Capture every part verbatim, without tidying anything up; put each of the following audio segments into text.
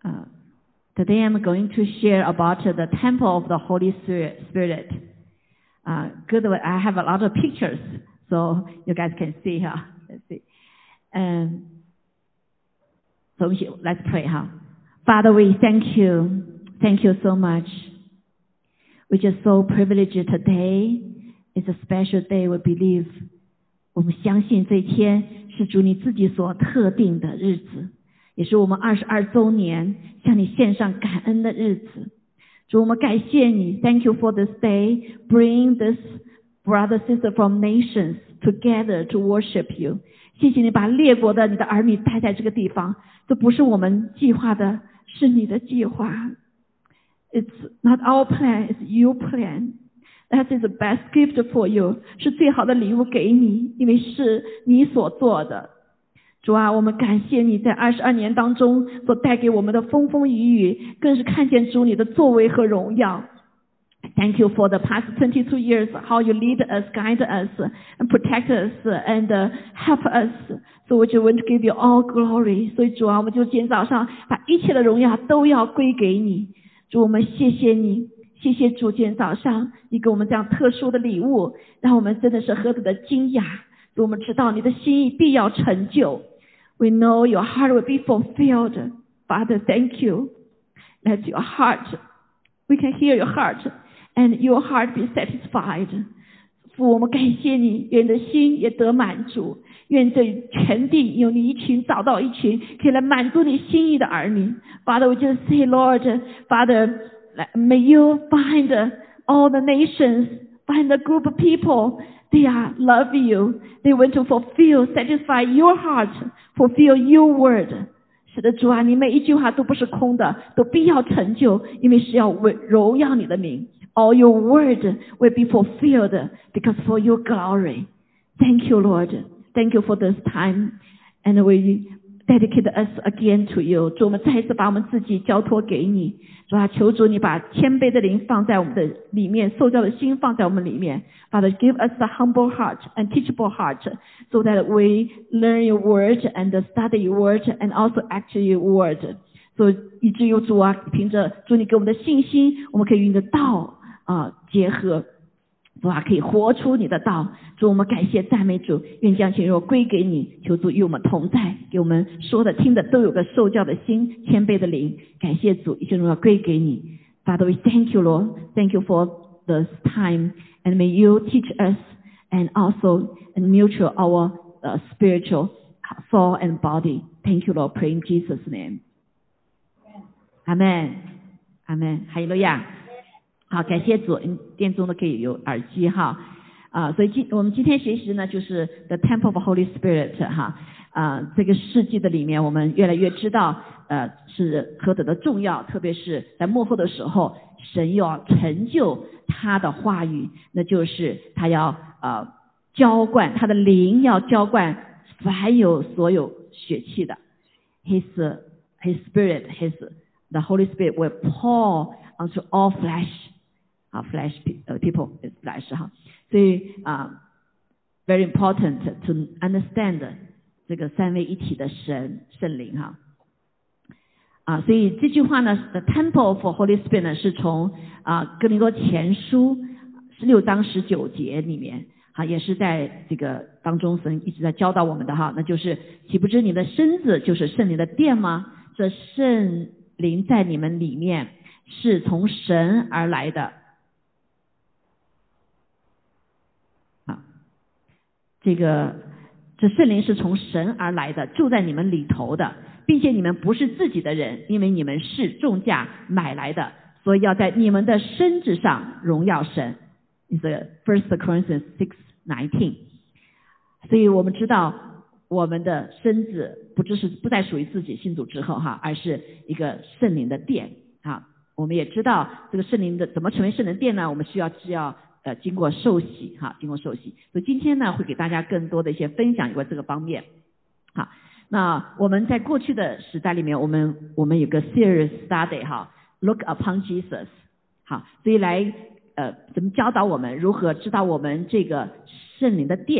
Uh, today I'm going to share about the temple of the Holy Spirit. Uh, good, I have a lot of pictures, so you guys can see here. Let's see. Um, so let's pray, huh? Father, we thank you. Thank you so much. We're just so privileged today. It's a special day, we believe. 我们相信这一天是主你自己所特定的日子，也是我们二十二周年向你献上感恩的日子。主，我们感谢你 ，Thank you for this day. Bring this brother sister from nations together to worship you. 谢谢你把列国的你的儿女带在这个地方，这不是我们计划的，是你的计划。It's not our plan, it's your plan. That is the best gift for you. 是最好的礼物给你，因为是你所做的。主啊，我们感谢你在二十二年当中所带给我们的风风雨雨，更是看见主你的作为和荣耀。Thank you for the past twenty-two years, how you lead us, guide us, and protect us, and help us. So we just want to give you all glory. 所以主啊，我们就今天早上把一切的荣耀都要归给你。主，我们谢谢你。谢谢主，今天早上你给我们这样特殊的礼物，让我们真的是何等的惊讶。主，我们知道你的心意必要成就。We know your heart will be fulfilled. Father, thank you. Let your heart, we can hear your heart, and your heart be satisfied. 父，我们感谢你，愿你的心也得满足，愿这全地有你一群找到一群可以来满足你心意的儿女。Father, we just say, Lord, Father,May you find all the nations, find a group of people, they are love you. They want to fulfill, satisfy your heart, fulfill your word. 是的，主啊，你每一句话都不是空的，都必要成就，因为是要为荣耀你的名。All your word will be fulfilled because for your glory. Thank you, Lord. Thank you for this time. And we dedicate us again to you. 主，我们再一次把我们自己交托给你。主啊，求主你把谦卑的灵放在我们的里面，受教的心放在我们里面。Father, give us a humble heart and teachable heart, so that we learn your word and study your word and also act your word. 所以以至于主啊，凭着主你给我们的信心，我们可以与你的道啊结合。主啊，可以活出你的道。主，我们感谢赞美主，愿将情若归给你。求主与我们同在，给我们说的听的都有个受教的心，谦卑的灵。感谢主，一切荣耀归给你。Father, we thank you, Lord. Thank you for this time, and may you teach us and also and nurture our uh, spiritual soul and body. Thank you, Lord. Pray in Jesus' name. Amen. Amen. 哈利路亚。好，感谢主，殿中的可以有耳机哈，啊，所以今我们今天学习呢，就是 The Temple of Holy Spirit 哈，啊，这个世纪的里面，我们越来越知道，呃，是何等的重要，特别是在末后的时候，神要成就他的话语，那就是他要呃浇灌他的灵，要浇灌凡有所有血气的 ，His His Spirit, His the Holy Spirit will pour onto all flesh. 啊 ，flesh people is flesh 哈，所以啊 ，very important to understand 这个三位一体的神圣灵哈，啊，所以这句话呢 ，the temple for Holy Spirit 呢是从啊哥林多前书十六章十九节里面，啊，也是在这个当中神一直在教导我们的哈，那就是岂不知你的身子就是圣灵的殿吗？这圣灵在你们里面是从神而来的。这个这圣灵是从神而来的，住在你们里头的，并且你们不是自己的人，因为你们是重价买来的，所以要在你们的身子上荣耀神。是 First Corinthians six nineteen。所以我们知道我们的身子不只是不再属于自己信主之后哈，而是一个圣灵的殿啊。我们也知道这个圣灵的怎么成为圣灵殿呢？我们需要是要呃，经过受洗哈，经过受洗，所以今天呢，会给大家更多的一些分享有关这个方面。好，那我们在过去的时代里面，我们我们有个 series study 哈 ，Look upon Jesus。好，所以来呃，怎么教导我们如何知道我们这个圣灵的殿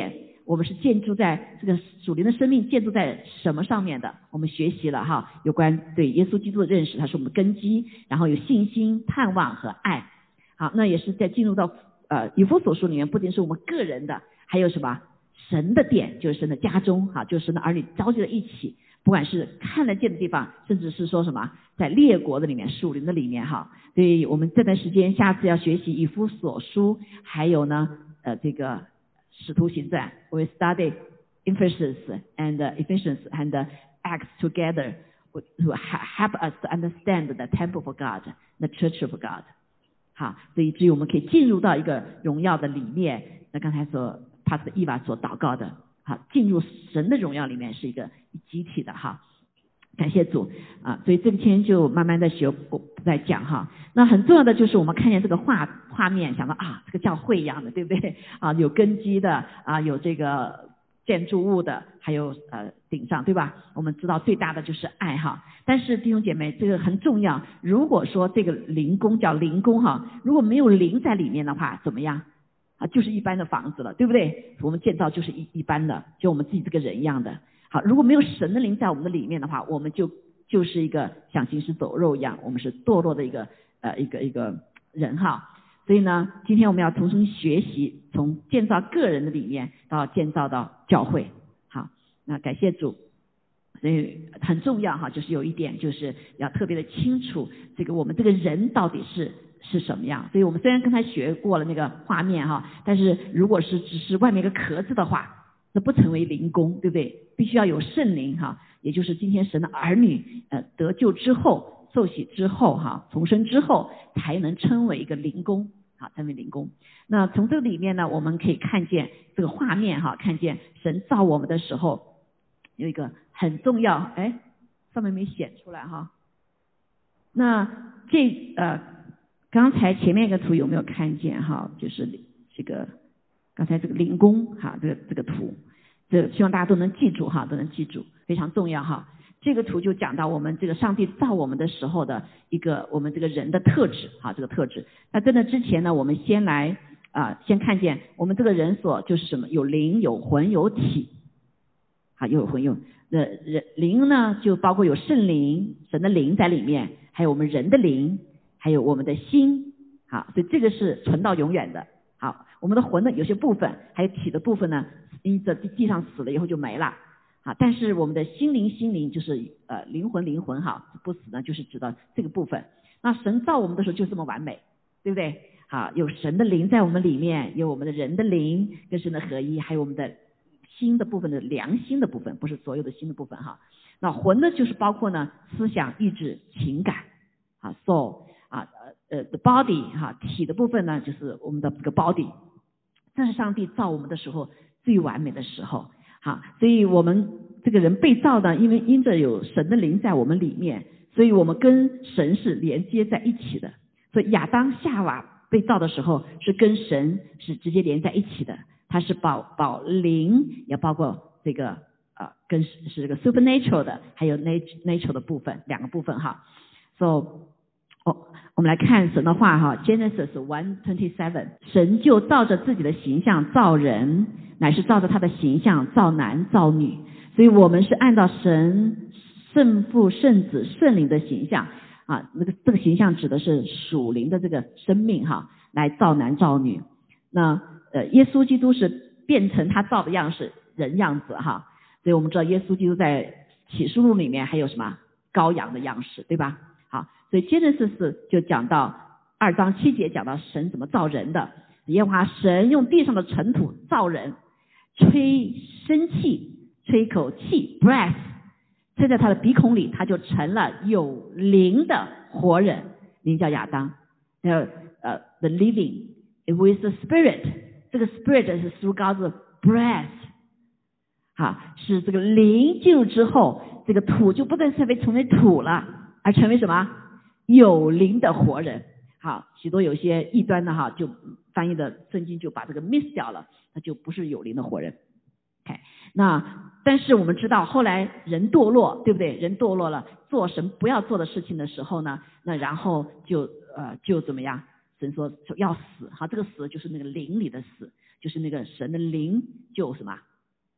我们是建筑在这个属灵的生命建筑在什么上面的？我们学习了哈，有关对耶稣基督的认识，它是我们的根基，然后有信心、盼望和爱。好，那也是在进入到呃以弗所书里面，不仅是我们个人的，还有什么神的殿，就是神的家中哈，就是神的儿女召集在一起，不管是看得见的地方，甚至是说什么在列国的里面、属灵的里面哈。所以我们这段时间下次要学习以弗所书，还有呢呃这个使徒行传 ，we study Ephesians and Ephesians and Acts together to help us to understand the temple of God, the church of God。好，所以至于我们可以进入到一个荣耀的里面，那刚才所 Pastor Eva 所祷告的，好，进入神的荣耀里面是一个集体的哈。感谢主啊，所以这天就慢慢的学不再讲哈。那很重要的就是我们看见这个画画面，想到啊，这个教会一样的，对不对啊？有根基的啊，有这个建筑物的，还有呃顶上，对吧？我们知道最大的就是爱哈。但是弟兄姐妹，这个很重要。如果说这个灵宫叫灵宫哈，如果没有灵在里面的话，怎么样啊？就是一般的房子了，对不对？我们建造就是一一般的，就我们自己这个人一样的。好，如果没有神的灵在我们的里面的话，我们就就是一个像行尸走肉一样，我们是堕落的一个呃一个一个人哈。所以呢，今天我们要重新学习，从建造个人的里面到建造到教会。好，那感谢主。所以很重要哈，就是有一点就是要特别的清楚，这个我们这个人到底是是什么样。所以我们虽然刚才学过了那个画面哈，但是如果是只是外面一个壳子的话，那不成为灵宫，对不对？必须要有圣灵哈，也就是今天神的儿女呃得救之后、受洗之后哈、重生之后，才能称为一个灵宫，好，称为灵宫。那从这个里面呢，我们可以看见这个画面哈，看见神造我们的时候有一个很重要，哎，上面没显出来哈。那这呃刚才前面一个图有没有看见哈？就是这个。刚才这个灵宫哈，这个这个图，这希望大家都能记住哈，都能记住，非常重要哈。这个图就讲到我们这个上帝造我们的时候的一个我们这个人的特质哈，这个特质。那在那之前呢，我们先来啊、呃，先看见我们这个人所就是什么，有灵、有魂、有体，好，有魂有的人灵呢，就包括有圣灵，神的灵在里面，还有我们人的灵，还有我们的心，好，所以这个是存到永远的。好，我们的魂呢，有些部分还有体的部分呢，因着地上死了以后就没了啊。但是我们的心灵，心灵就是呃灵魂，灵魂哈不死呢，就是指的这个部分。那神造我们的时候就这么完美，对不对？好，有神的灵在我们里面，有我们的人的灵跟神的合一，还有我们的心的部分的良心的部分，不是所有的心的部分哈。那魂呢，就是包括呢思想、意志、情感啊 ，soul。啊呃 the body 哈，体的部分呢就是我们的这个 body， 这是上帝造我们的时候最完美的时候。好，所以我们这个人被造呢，因为因着有神的灵在我们里面，所以我们跟神是连接在一起的。所以亚当夏娃被造的时候是跟神是直接连在一起的，它是保保灵，也包括这个呃跟是这个 supernatural 的，还有 natural 的部分，两个部分哈。So哦，我们来看神的话哈 ，Genesis one twenty-seven， 神就照着自己的形象造人，乃是照着他的形象造男造女，所以我们是按照神圣父、圣子、圣灵的形象啊，那个这个形象指的是属灵的这个生命哈，来造男造女。那呃，耶稣基督是变成他造的样式，人样子哈，所以我们知道耶稣基督在启示录里面还有什么羔羊的样式，对吧？好，所以接着是是就讲到二章七节，讲到神怎么造人的。耶和华神用地上的尘土造人，吹生气，吹口气 breath， 吹在他的鼻孔里，他就成了有灵的活人，名叫亚当。还有呃 the living with the spirit， 这个 spirit 是 through God's breath， 好，是这个灵进入之后，这个土就不再成为成为土了，而成为什么？有灵的活人。好，许多有些异端的哈，就翻译的圣经就把这个 miss 掉了，那就不是有灵的活人。OK， 那但是我们知道后来人堕落，对不对？人堕落了，做神不要做的事情的时候呢，那然后就呃就怎么样？神说要死，好，这个死就是那个灵里的死，就是那个神的灵就什么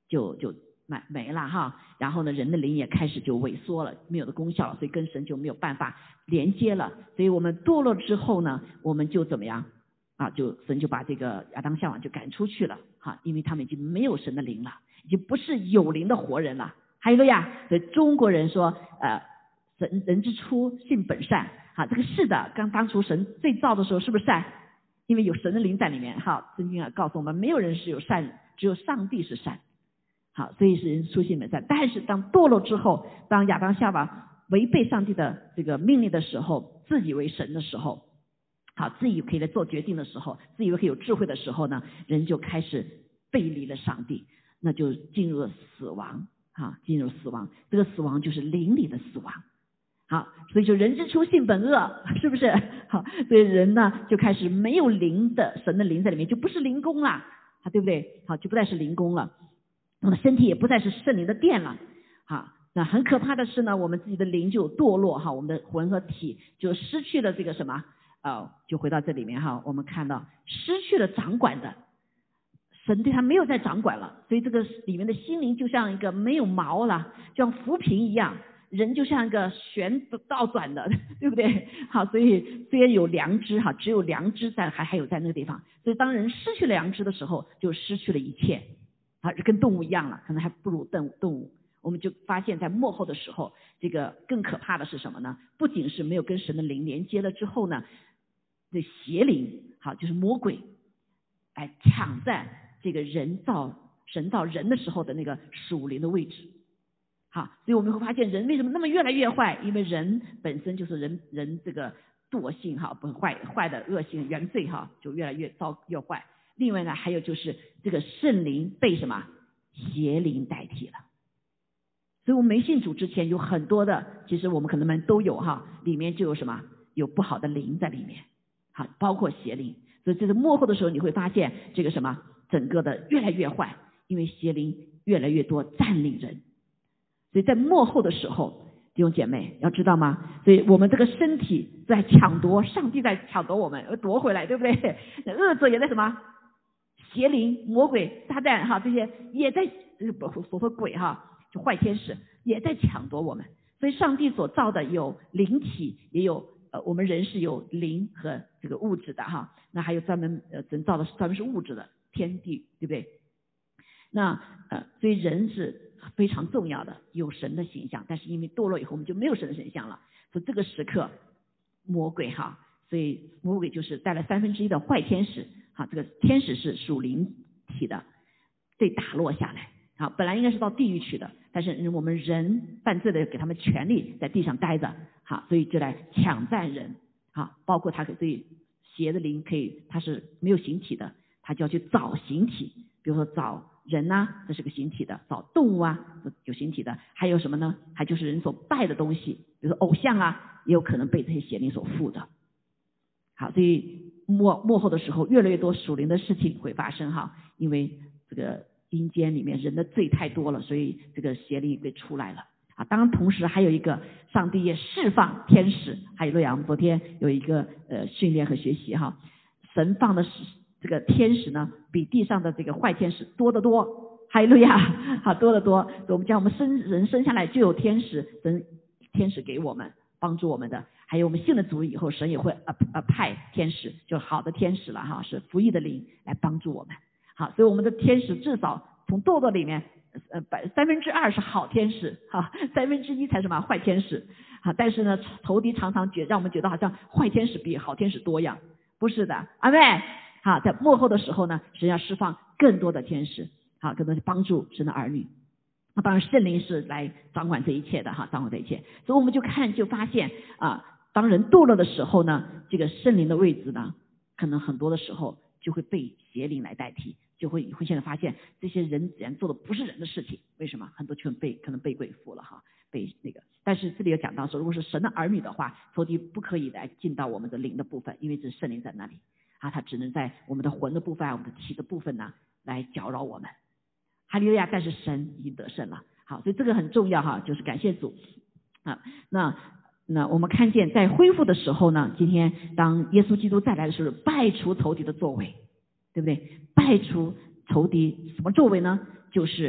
就就没没了哈，然后呢，人的灵也开始就萎缩了，没有的功效了，所以跟神就没有办法连接了。所以我们堕落之后呢，我们就怎么样啊？就神就把这个亚当夏娃就赶出去了哈，因为他们已经没有神的灵了，已经不是有灵的活人了。哈利路亚！所以中国人说，呃，人人之初性本善，哈，这个是的，刚当初神最造的时候是不是善？因为有神的灵在里面，哈，圣经啊告诉我们，没有人是有善，只有上帝是善。好，所以是人初性本善。但是当堕落之后，当亚当夏娃违背上帝的这个命令的时候，自以为神的时候，好，自以为可以来做决定的时候，自以为可以有智慧的时候呢，人就开始背离了上帝，那就进入了死亡，哈，进入死亡。这个死亡就是灵里的死亡。好，所以就人之初性本恶，是不是？好，所以人呢就开始没有灵的神的灵在里面，就不是灵宫了，啊，对不对？好，就不再是灵宫了。那么身体也不再是圣灵的殿了，好，那很可怕的是呢，我们自己的灵就堕落哈，我们的魂和体就失去了这个什么，呃，就回到这里面哈，我们看到失去了掌管的，神对他没有再掌管了，所以这个里面的心灵就像一个没有毛了，就像浮萍一样，人就像一个旋倒转的，对不对？好，所以虽然有良知哈，只有良知在还还有在那个地方，所以当人失去了良知的时候，就失去了一切。啊，跟动物一样了，可能还不如动动物。我们就发现，在末后的时候，这个更可怕的是什么呢？不仅是没有跟神的灵连接了之后呢，这邪灵，好，就是魔鬼，来抢占这个人造神造人的时候的那个属灵的位置。好，所以我们会发现，人为什么那么越来越坏？因为人本身就是人人这个惰性哈，不坏坏的恶性原罪哈，就越来越糟越坏。另外呢，还有就是这个圣灵被什么邪灵代替了，所以我们没信主之前有很多的，其实我们可能们都有哈，里面就有什么有不好的灵在里面，好，包括邪灵。所以这个末后的时候，你会发现这个什么整个的越来越坏，因为邪灵越来越多占领人。所以在末后的时候，弟兄姐妹要知道吗？所以我们这个身体在抢夺，上帝在抢夺我们，要夺回来，对不对？恶者也在什么？邪灵、魔鬼、撒旦哈，这些也在所说鬼哈，就坏天使也在抢夺我们。所以上帝所造的有灵体，也有呃我们人是有灵和这个物质的哈。那还有专门呃人造的专门是物质的天地，对不对？那呃所以人是非常重要的，有神的形象，但是因为堕落以后我们就没有神的形象了。所以这个时刻魔鬼哈，所以魔鬼就是带了三分之一的坏天使。好，这个天使是属灵体的，被打落下来。好，本来应该是到地狱去的，但是我们人犯罪的给他们权利在地上待着，好，所以就来抢占人。好，包括他可以邪的灵可以，他是没有形体的，他就要去找形体，比如说找人啊，这是个形体的；找动物啊，有形体的。还有什么呢？还就是人所拜的东西，比如说偶像啊，也有可能被这些邪灵所附的。好，所以末末后的时候，越来越多属灵的事情会发生哈，因为这个阴间里面人的罪太多了，所以这个邪灵被出来了啊。当然，同时还有一个，上帝也释放天使。还有洛阳，我们昨天有一个呃训练和学习哈，神放的是这个天使呢，比地上的这个坏天使多得多。哈利路亚，好多得多。所以我们讲，我们生人生下来就有天使，神天使给我们帮助我们的。还有我们信了主以后，神也会呃呃派天使，就好的天使了哈，是服役的灵来帮助我们。好，所以我们的天使至少从堕落里面，呃百三分之二是好天使，哈，三分之一才是什么坏天使。好，但是呢，仇敌常常觉让我们觉得好像坏天使比好天使多样，不是的，阿们。好，在末后的时候呢，神要释放更多的天使，好，更多的帮助神的儿女。那当然，圣灵是来掌管这一切的哈，掌管这一切。所以我们就看就发现啊。当人堕落的时候呢，这个圣灵的位置呢，可能很多的时候就会被邪灵来代替，就会会现在发现这些人自然做的不是人的事情，为什么？很多全被可能被鬼附了哈，被那个。但是这里有讲到说，如果是神的儿女的话，仇敌不可以来进到我们的灵的部分，因为这是圣灵在那里啊，他只能在我们的魂的部分、我们的体的部分呢来搅扰我们。哈利路亚！但是神已经得胜了，好，所以这个很重要哈，就是感谢主啊。那。那我们看见在恢复的时候呢，今天当耶稣基督再来的时候，败除仇敌的作为，对不对？败除仇敌什么作为呢？就是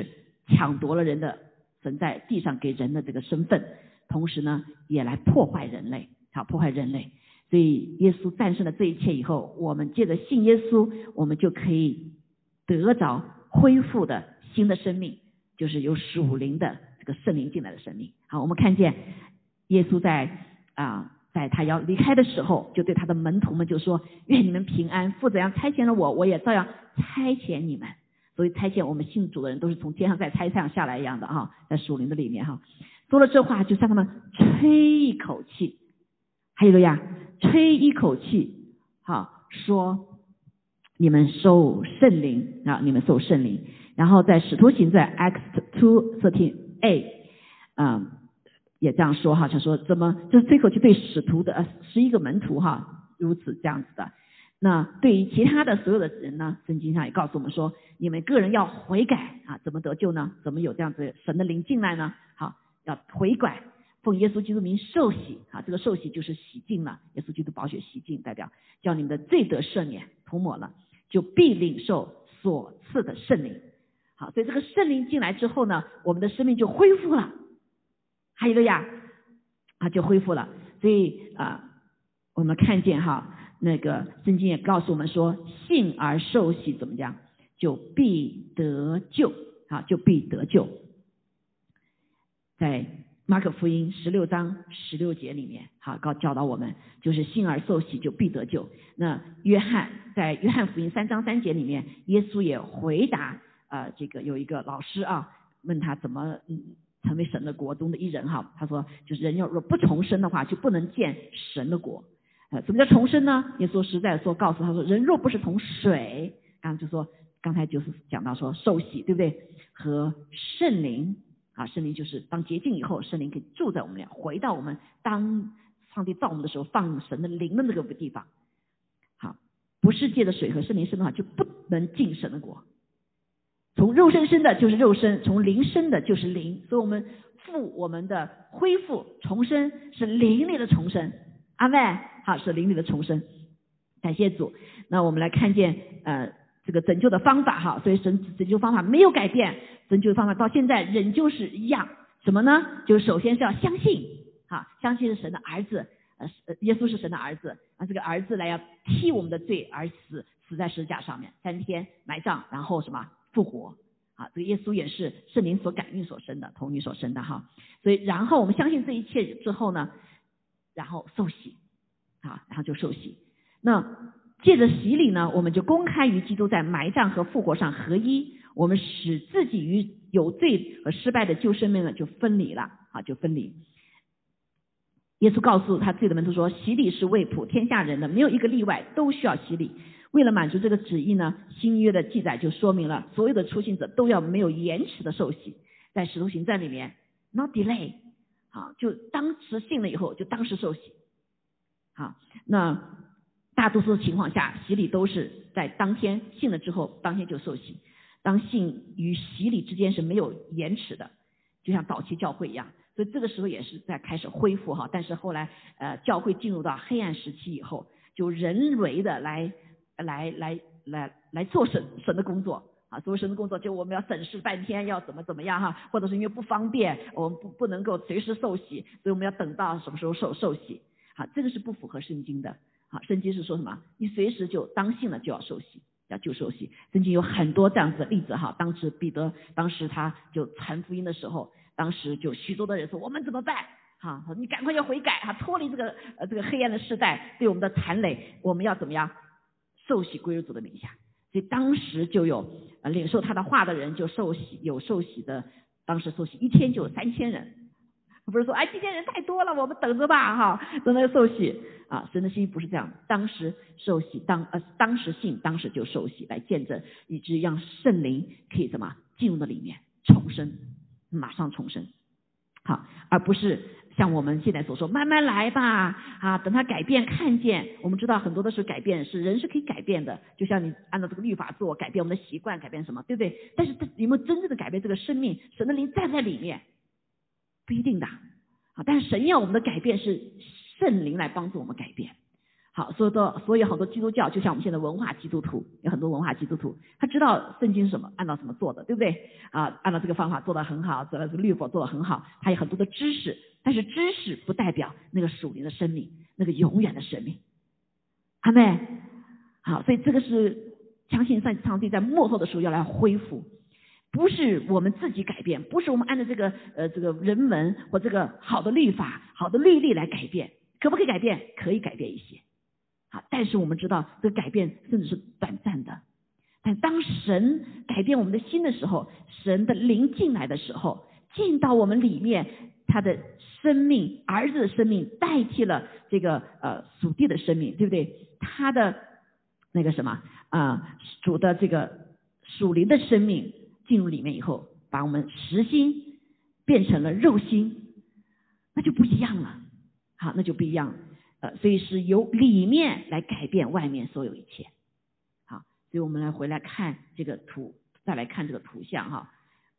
抢夺了人的神在地上给人的这个身份，同时呢也来破坏人类，好，破坏人类。所以耶稣战胜了这一切以后，我们借着信耶稣，我们就可以得着恢复的新的生命，就是有属灵的这个圣灵进来的生命。好，我们看见耶稣在啊，在他要离开的时候，就对他的门徒们就说：愿你们平安，父怎样差遣了我，我也照样差遣你们。所以差遣我们信主的人都是从天上在差上下来一样的哈，在属灵的里面哈。说了这话，就向他们吹一口气，还有个呀，吹一口气，好，说你们受圣灵啊，你们受圣灵。然后在使徒行传 Acts two thirteen a 啊，也这样说哈，就说怎么就是吹口气对使徒的呃十一个门徒哈，如此这样子的。那对于其他的所有的人呢，圣经上也告诉我们说，你们个人要悔改啊，怎么得救呢？怎么有这样子神的灵进来呢？好，要悔改，奉耶稣基督名受洗啊，这个受洗就是洗净了，耶稣基督宝血洗净，代表叫你们的罪得赦免，涂抹了，就必领受所赐的圣灵。好，所以这个圣灵进来之后呢，我们的生命就恢复了，还有一个呀啊，就恢复了。所以啊，我们看见哈。那个圣经也告诉我们说，信而受洗怎么样，就必得救啊，就必得救。在马可福音十六章十六节里面，好，告教导我们，就是信而受洗就必得救。那约翰在约翰福音三章三节里面，耶稣也回答呃，这个有一个老师啊，问他怎么嗯成为神的国中的一人哈，他说就是人要若不重生的话，就不能见神的国。呃，什么叫重生呢？耶稣实在说，告诉他说，人若不是从水，刚刚就说，刚才就是讲到说受洗，对不对？和圣灵啊，圣灵就是当洁净以后，圣灵可以住在我们俩，回到我们当上帝造我们的时候放神的灵的那个地方。好，不是借着水和圣灵生的话，就不能进神的国。从肉身生的就是肉身，从灵生的就是灵，所以我们复我们的恢复重生是灵里的重生。阿们，好，是灵里的重生，感谢主。那我们来看见呃这个拯救的方法哈，所以神拯救方法没有改变，拯救方法到现在仍旧是一样。什么呢？就首先是要相信，哈，相信是神的儿子，呃，耶稣是神的儿子啊，这个儿子来要替我们的罪而死，死在十字架上面，三天埋葬，然后什么复活。啊，这个耶稣也是圣灵所感孕所生的，童女所生的哈。所以然后我们相信这一切之后呢，然后受洗啊，然后就受洗。那借着洗礼呢，我们就公开与基督在埋葬和复活上合一，我们使自己与有罪和失败的旧生命呢就分离了啊，就分离。耶稣告诉他自己的门徒说，洗礼是为普天下人的，没有一个例外，都需要洗礼。为了满足这个旨意呢，新约的记载就说明了，所有的初信者都要没有延迟的受洗。在使徒行传里面 ，not delay， 好，就当时信了以后就当时受洗。好，那大多数情况下，洗礼都是在当天信了之后，当天就受洗。当信与洗礼之间是没有延迟的，就像早期教会一样。所以这个时候也是在开始恢复哈，但是后来呃教会进入到黑暗时期以后，就人为的来来来来来做神神的工作啊，做神的工作就我们要审视半天，要怎么怎么样哈，或者是因为不方便，我们不不能够随时受洗，所以我们要等到什么时候受受洗啊，这个是不符合圣经的啊，圣经是说什么？你随时就当信了就要受洗。要就受洗，圣经有很多这样子的例子哈。当时彼得，当时他就传福音的时候，当时就许多的人说我们怎么办？哈，你赶快要悔改哈，脱离这个呃这个黑暗的时代对我们的残累，我们要怎么样受洗归入主的名下？所以当时就有呃领受他的话的人就受洗，有受洗的，当时受洗一天就有三千人。不是说哎今天人太多了，我们等着吧哈，等着受洗啊！神的心意不是这样，当时受洗，当呃当时信，当时就受洗来见证，以致让圣灵可以怎么进入到里面重生，马上重生，好，而不是像我们现在所说慢慢来吧啊，等他改变看见。我们知道很多的时候改变是人是可以改变的，就像你按照这个律法做，改变我们的习惯，改变什么，对不对？但是有没有真正的改变这个生命？神的灵站在里面。不一定的啊，但是神要我们的改变是圣灵来帮助我们改变好，所以的所以很多基督教就像我们现在文化基督徒，有很多文化基督徒，他知道圣经是什么，按照什么做的，对不对啊？按照这个方法做得很好，做了这个律法做得很好，他有很多的知识，但是知识不代表那个属灵的生命，那个永远的生命。阿们。好，所以这个是相信上上帝在末后的时候要来恢复，不是我们自己改变，不是我们按照这个呃这个人文或这个好的律法、好的律例来改变，可不可以改变？可以改变一些。好，但是我们知道这个改变甚至是短暂的。但当神改变我们的心的时候，神的灵进来的时候，进到我们里面，他的生命，儿子的生命代替了这个呃属地的生命，对不对？他的那个什么啊、呃，主的这个属灵的生命进入里面以后，把我们实心变成了肉心，那就不一样了。好，那就不一样了。呃，所以是由里面来改变外面所有一切。好，所以我们来回来看这个图，再来看这个图像哈，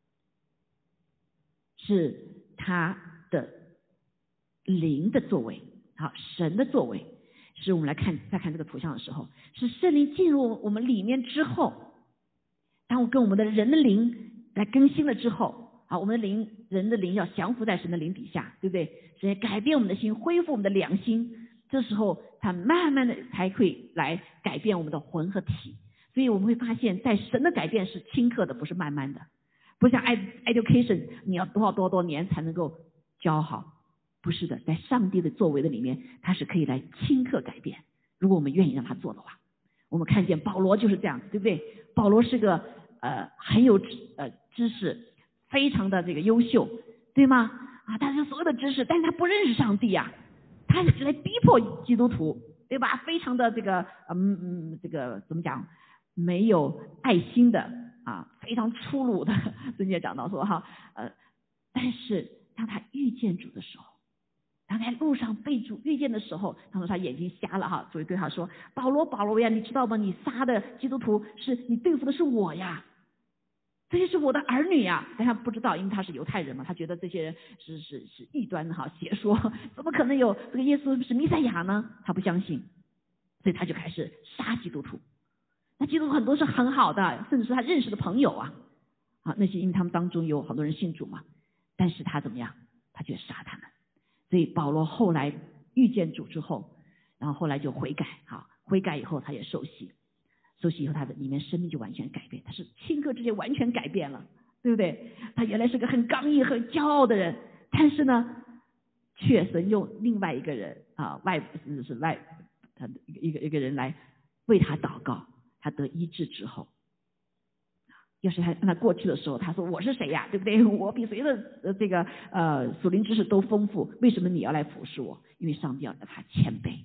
是他的灵的作为，好，神的作为，是我们来看再看这个图像的时候，是圣灵进入我们里面之后，当我跟我们的人的灵来更新了之后，好，我们的灵人的灵要降服在神的灵底下，对不对？神改变我们的心，恢复我们的良心，这时候他慢慢的才会来改变我们的魂和体。所以我们会发现，在神的改变是顷刻的，不是慢慢的，不像 education 你要多少多少多年才能够教好，不是的，在上帝的作为的里面，他是可以来顷刻改变，如果我们愿意让他做的话。我们看见保罗就是这样，对不对？保罗是个呃很有呃知识，非常的这个优秀，对吗？啊，他是所有的知识，但是他不认识上帝啊，他来逼迫基督徒，对吧？非常的这个嗯嗯这个怎么讲，没有爱心的啊，非常粗鲁的。曾经也讲到说哈，呃，但是当他遇见主的时候，当在路上被主遇见的时候，他说他眼睛瞎了哈，所以对他说：“保罗，保罗呀，你知道吗？你杀的基督徒是你对付的是我呀，这些是我的儿女呀。”但他不知道，因为他是犹太人嘛，他觉得这些人是是是异端哈，邪说，怎么可能有这个耶稣是弥赛亚呢？他不相信，所以他就开始杀基督徒。那基督徒很多是很好的，甚至是他认识的朋友啊，啊那些因为他们当中有好多人信主嘛，但是他怎么样？他就杀他们。所以保罗后来遇见主之后，然后后来就悔改，好，悔改以后他也受洗，受洗以后他的里面生命就完全改变，他是顷刻之间完全改变了，对不对？他原来是个很刚毅很骄傲的人，但是呢却神用另外一个人啊，外是是外他一个一个人来为他祷告，他得医治之后，要是他让他过去的时候，他说我是谁呀，对不对？我比谁的这个呃属灵知识都丰富，为什么你要来服侍我？因为上帝要让他谦卑。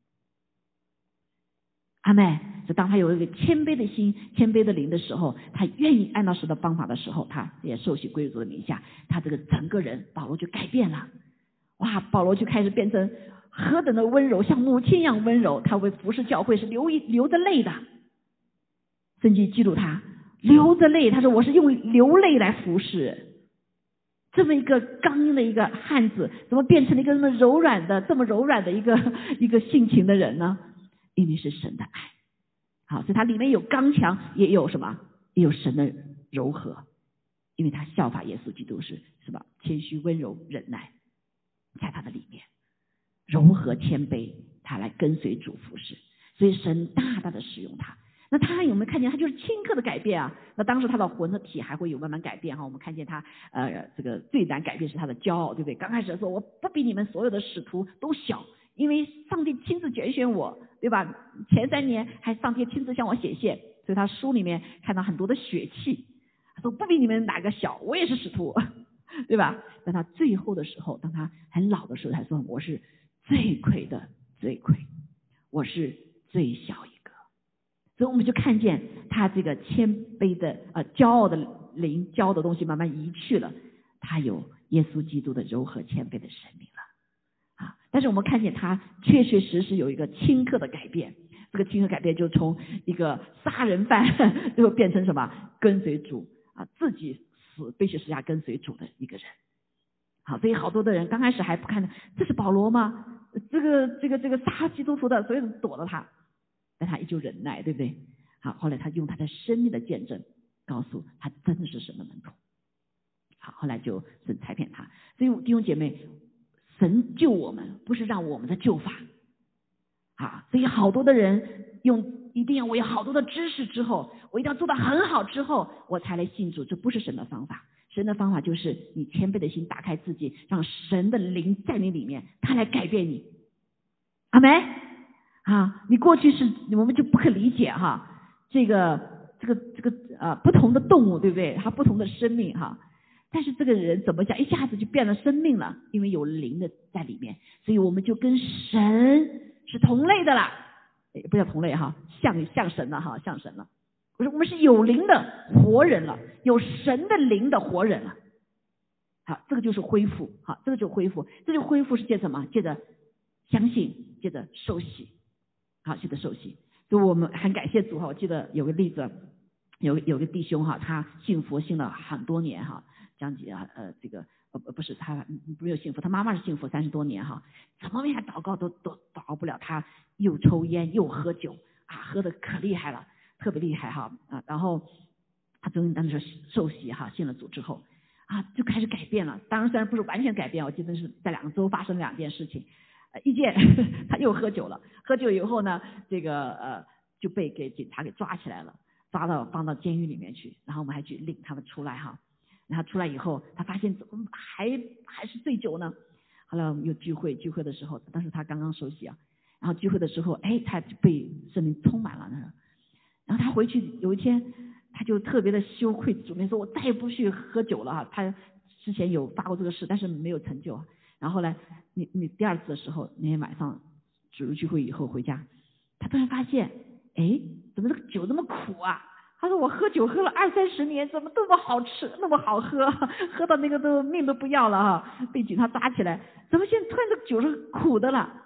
阿们。就当他有一个谦卑的心、谦卑的灵的时候，他愿意按照神的方法的时候，他也受洗归主的名下，他这个整个人保罗就改变了。哇，保罗就开始变成何等的温柔，像母亲一样温柔。他为服侍教会是流流着泪的，圣经记录他流着泪，他说我是用流泪来服侍。这么一个刚硬的一个汉子，怎么变成了一个这么柔软的、这么柔软的一个一个性情的人呢？因为是神的爱。好，所以他里面有刚强，也有什么？也有神的柔和。因为他效法耶稣基督是是吧？谦虚、温柔、忍耐，在他的里面柔和谦卑，他来跟随主服侍。所以神大大的使用他。那他有没有看见他就是顷刻的改变啊？那当时他的魂和体还会有慢慢改变哈。我们看见他呃这个最难改变是他的骄傲，对不对？刚开始的时候我不比你们所有的使徒都小，因为上帝亲自拣选我，对吧？前三年还上帝亲自向我显现，所以他书里面看到很多的血气，他说不比你们哪个小，我也是使徒，对吧？在他最后的时候，当他很老的时候，他说我是最亏的最亏，我是最小一个。所以我们就看见他这个谦卑的呃骄傲的灵，骄傲的东西慢慢移去了，他有耶稣基督的柔和谦卑的生命了啊！但是我们看见他确确实实有一个顷刻的改变，这个顷刻改变就从一个杀人犯最后变成什么？跟随主啊，自己死背起十字架跟随主的一个人。好，所以好多的人刚开始还不看的，这是保罗吗？ 这个这个这个杀基督徒的，所有人躲着他，但他依旧忍耐，对不对？好，后来他用他的生命的见证告诉他真的是神的门徒。好，后来就神裁骗他。所以弟兄姐妹，神救我们不是让我们的救法啊，所以好多的人用一定要我有好多的知识之后，我一定要做得很好之后我才来信主，这不是神的方法。神的方法就是你谦卑的心打开自己，让神的灵在你里面，他来改变你。阿们啊，你过去是我们就不可理解哈，这个这个这个呃不同的动物对不对？它不同的生命哈，但是这个人怎么讲，一下子就变了生命了，因为有灵的在里面，所以我们就跟神是同类的啦，不叫同类哈，像像神了哈，像神了。我说我们是有灵的活人了，有神的灵的活人了。好，这个就是恢复，好，这个就恢复，这就恢复是借什么？借着相信，借着受洗，好，借着受洗。所以我们很感谢主哈。我记得有个例子，有有个弟兄哈，他信佛信了很多年哈，将近啊呃这个呃不是他没有信佛，他妈妈是信佛三十多年哈，怎么为他祷告都都祷告不了，他又抽烟又喝酒啊，喝的可厉害了。特别厉害哈啊，然后他终于当时受洗哈，信了主之后啊，就开始改变了。当然虽然不是完全改变，我记得是在两周发生两件事情。呃，一件他又喝酒了，喝酒以后呢，这个呃就被给警察给抓起来了，抓到放到监狱里面去，然后我们还去领他们出来哈。然后出来以后，他发现怎么还还是醉酒呢？后来我们又聚会，聚会的时候，当时他刚刚受洗啊，然后聚会的时候，哎，他就被圣灵充满了那个。然后他回去有一天，他就特别的羞愧，主面说：“我再也不去喝酒了哈。”他之前有发过这个誓，但是没有成就。然后呢，你你第二次的时候，那天晚上主日聚会以后回家，他突然发现，哎，怎么这个酒那么苦啊？他说：“我喝酒喝了二三十年，怎么那么好吃，那么好喝？喝到那个都命都不要了哈，被警察抓起来，怎么现在突然这个酒是苦的了？”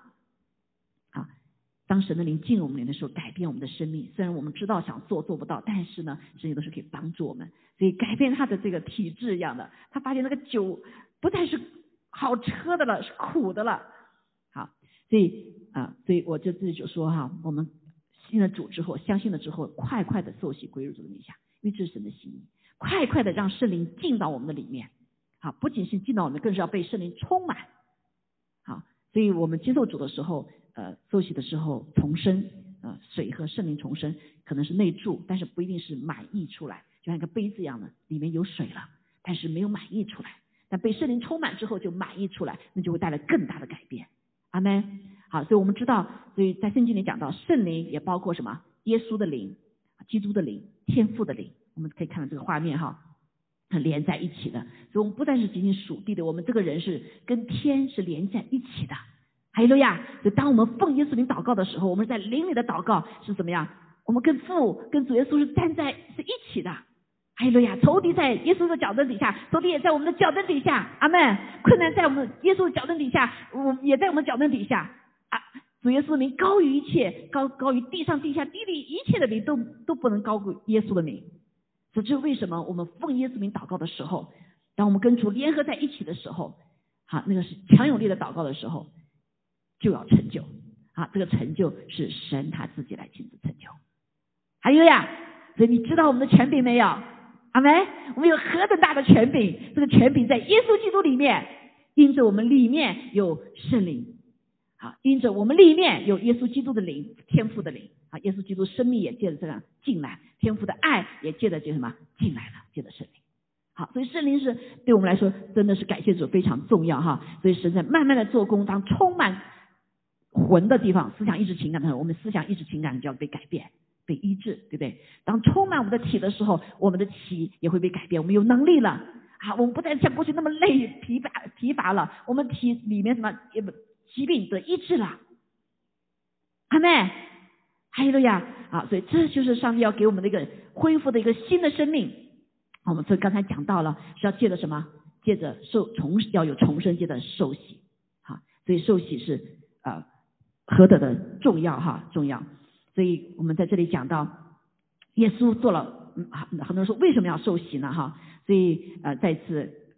当神的灵进入我们里的时候，改变我们的生命。虽然我们知道想做做不到，但是呢，神有的时候可以帮助我们，所以改变他的这个体质一样的。他发现那个酒不再是好喝的了，是苦的了。好，所以啊，所以我就自己就说哈，我们信了主之后，相信了之后，快快的受洗归入主的名下，因为这是神的心意。快快的让圣灵进到我们的里面。好，不仅是进到我们，更是要被圣灵充满。好，所以我们接受主的时候。呃，受洗的时候重生，呃，水和圣灵重生，可能是内住，但是不一定是满溢出来，就像一个杯子一样的，里面有水了，但是没有满溢出来。但被圣灵充满之后就满溢出来，那就会带来更大的改变。阿们。好，所以我们知道，所以在圣经里讲到，圣灵也包括什么？耶稣的灵、基督的灵、天父的灵。我们可以看到这个画面哈，连在一起的。所以我们不但是仅仅属地的，我们这个人是跟天是连在一起的。哈利路亚！就当我们奉耶稣名祷告的时候，我们在灵里的祷告是怎么样？我们跟父、跟主耶稣是站在是一起的。哈利路亚！仇敌在耶稣的脚凳底下，仇敌也在我们的脚凳底下。阿们！困难在我们耶稣的脚凳底下，我也在我们脚凳底下。啊，主耶稣的名高于一切，高高于地上、地下、地里一切的名都都不能高过耶稣的名。这就是为什么我们奉耶稣名祷告的时候，当我们跟主联合在一起的时候，好，那个是强有力的祷告的时候。就要成就啊！这个成就是神他自己来亲自成就。还有呀，所以你知道我们的权柄没有？阿们，我们有何等大的权柄？这个权柄在耶稣基督里面，因着我们里面有圣灵，啊，因着我们里面有耶稣基督的灵，天父的灵啊，耶稣基督生命也借着这样进来，天父的爱也借着这什么进来了，借着圣灵。好，所以圣灵是对我们来说真的是感谢主非常重要哈。所以神在慢慢的做工，当充满魂的地方，思想意志情感的时候，我们思想意志情感就要被改变被医治，对不对？当充满我们的体的时候，我们的体也会被改变，我们有能力了啊，我们不再像过去那么累疲乏疲乏了，我们体里面什么也不疾病得医治了。阿们，哈利路亚啊！所以这就是上帝要给我们的一个恢复的一个新的生命。我们所以刚才讲到了是要借着什么？借着受重要有重生，借着受洗。好，所以受洗是呃何等的重要哈，重要。所以我们在这里讲到耶稣做了，嗯，很多人说为什么要受洗呢哈？所以呃再次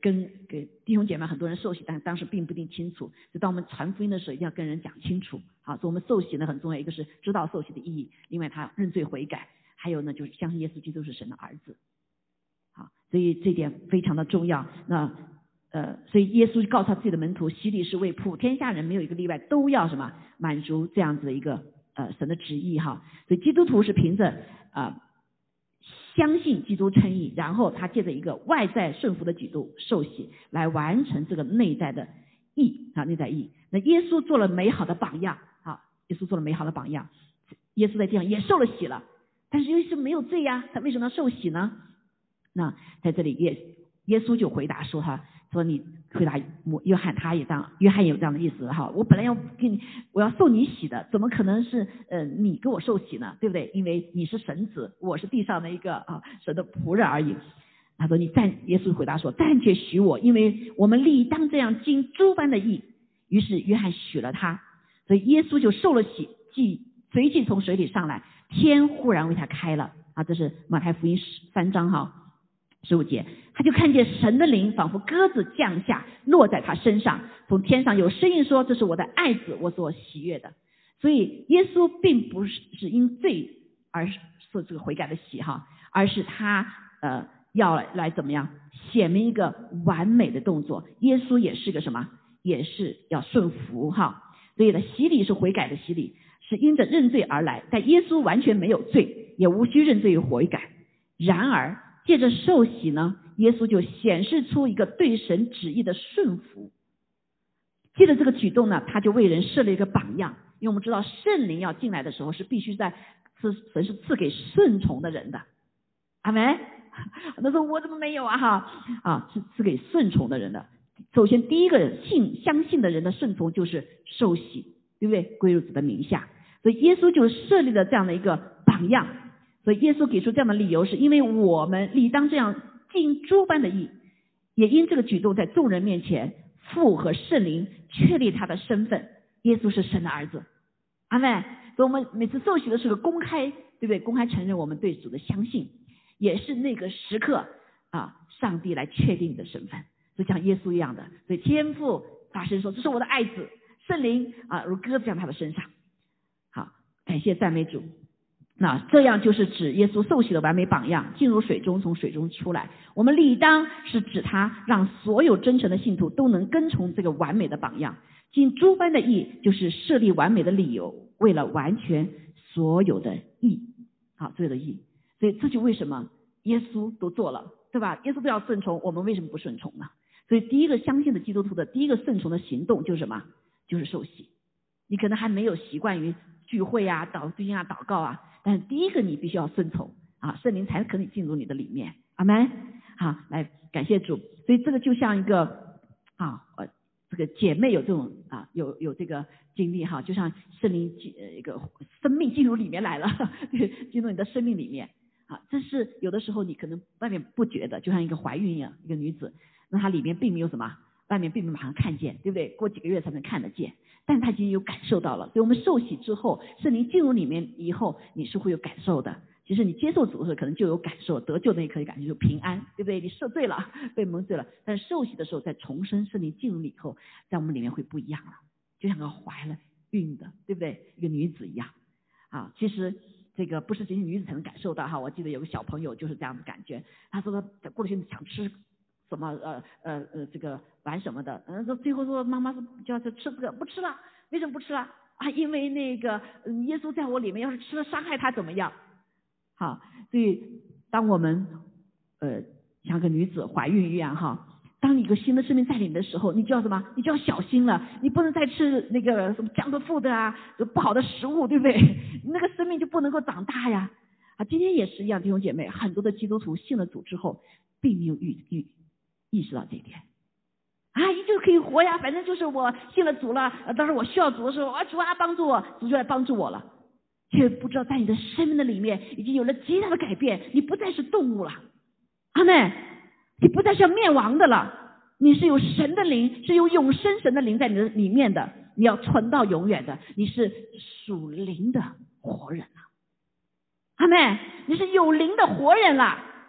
跟给弟兄姐妹很多人受洗，但当时并不一定清楚。就当我们传福音的时候，一定要跟人讲清楚。好，所以我们受洗呢很重要，一个是知道受洗的意义，另外他认罪悔改，还有呢就是相信耶稣基督是神的儿子。好，所以这点非常的重要。那呃，所以耶稣告诉他自己的门徒，洗礼是为普天下人没有一个例外，都要什么满足这样子的一个呃神的旨意哈。所以基督徒是凭着啊。呃相信基督称义，然后他借着一个外在顺服的举动受洗，来完成这个内在的义啊，内在义。那耶稣做了美好的榜样啊，耶稣做了美好的榜样。耶稣在地上也受了洗了，但是因为是没有罪呀，他为什么要受洗呢？那在这里耶耶稣就回答说哈，说你回答约翰，他也这样，约翰也有这样的意思哈。我本来要给你，我要受你洗的，怎么可能是呃你给我受洗呢？对不对？因为你是神子，我是地上的一个啊神的仆人而已。他说你暂，耶稣回答说暂且许我，因为我们理当这样尽诸般的义。于是约翰许了他，所以耶稣就受了洗，即随即从水里上来，天忽然为他开了啊，这是马太福音三章哈。十五节，他就看见神的灵仿佛鸽子降下，落在他身上，从天上有声音说，这是我的爱子，我所喜悦的。所以耶稣并不是是因罪而受这个悔改的洗哈，而是他呃要来怎么样显明一个完美的动作。耶稣也是个什么，也是要顺服哈。所以呢，洗礼是悔改的洗礼，是因着认罪而来，但耶稣完全没有罪，也无需认罪与悔改。然而借着受洗呢，耶稣就显示出一个对神旨意的顺服。借着这个举动呢，他就为人设了一个榜样。因为我们知道圣灵要进来的时候，是必须在是神是赐给顺从的人的。阿们。那说我怎么没有啊哈啊，是赐给顺从的人的。首先第一个信相信的人的顺从就是受洗，对不对？归入主的名下。所以耶稣就设立了这样的一个榜样。所以耶稣给出这样的理由，是因为我们理当这样尽诸般的义，也因这个举动在众人面前父和圣灵确立他的身份，耶稣是神的儿子。阿们。所以我们每次受洗的时候公开，对不对？公开承认我们对主的相信，也是那个时刻啊，上帝来确定你的身份，就像耶稣一样的。所以天父大声说，这是我的爱子，圣灵啊如鸽子降他的身上。好，感谢赞美主。那这样就是指耶稣受洗的完美榜样，进入水中，从水中出来。我们理当是指他让所有真诚的信徒都能跟从这个完美的榜样。尽诸般的义就是设立完美的理由，为了完全所有的义。好，所有的义。所以这就为什么耶稣都做了，对吧？耶稣都要顺从，我们为什么不顺从呢？所以第一个相信的基督徒的第一个顺从的行动就是什么？就是受洗。你可能还没有习惯于聚会啊、祷最近啊、祷告啊，但是第一个你必须要顺从啊，圣灵才可以进入你的里面。阿们。好，来感谢主。所以这个就像一个啊，呃，这个姐妹有这种啊，有有这个经历哈，就像圣灵进一个生命进入里面来了，进入你的生命里面啊，这是有的时候你可能外面不觉得，就像一个怀孕一样，一个女子，那她里面并没有什么，外面并没有马上看见，对不对？过几个月才能看得见。但他已经有感受到了，所以我们受洗之后，圣灵进入里面以后，你是会有感受的。其实你接受主的时候，可能就有感受，得救那一刻的感觉就平安，对不对？你赦罪了，被蒙罪了，但是受洗的时候，在重生，圣灵进入了以后，在我们里面会不一样了，就像个怀了孕的，对不对？一个女子一样啊。其实这个不是仅仅女子才能感受到哈。我记得有个小朋友就是这样的感觉，他说他过去想吃什么呃呃呃这个玩什么的，嗯，说最后说妈妈说叫他吃这个，不吃了，为什么不吃了啊？因为那个嗯耶稣在我里面，要是吃了伤害他怎么样？好，所以当我们呃像个女子怀孕一样哈，当你一个新的生命在你的时候，你就要什么？你就要小心了，你不能再吃那个什么junk food啊，不好的食物，对不对？那个生命就不能够长大呀。啊，今天也是一样，弟兄姐妹，很多的基督徒信了主之后，并没有预预。意识到这一点啊，依旧可以活呀，反正就是我信了主了，当时我需要主的时候啊，主啊帮助我，主就来帮助我了，却不知道在你的生命的里面已经有了极大的改变，你不再是动物了，阿们，你不再是要灭亡的了，你是有神的灵，是有永生神的灵在你的里面的，你要存到永远的，你是属灵的活人了，阿们，你是有灵的活人了。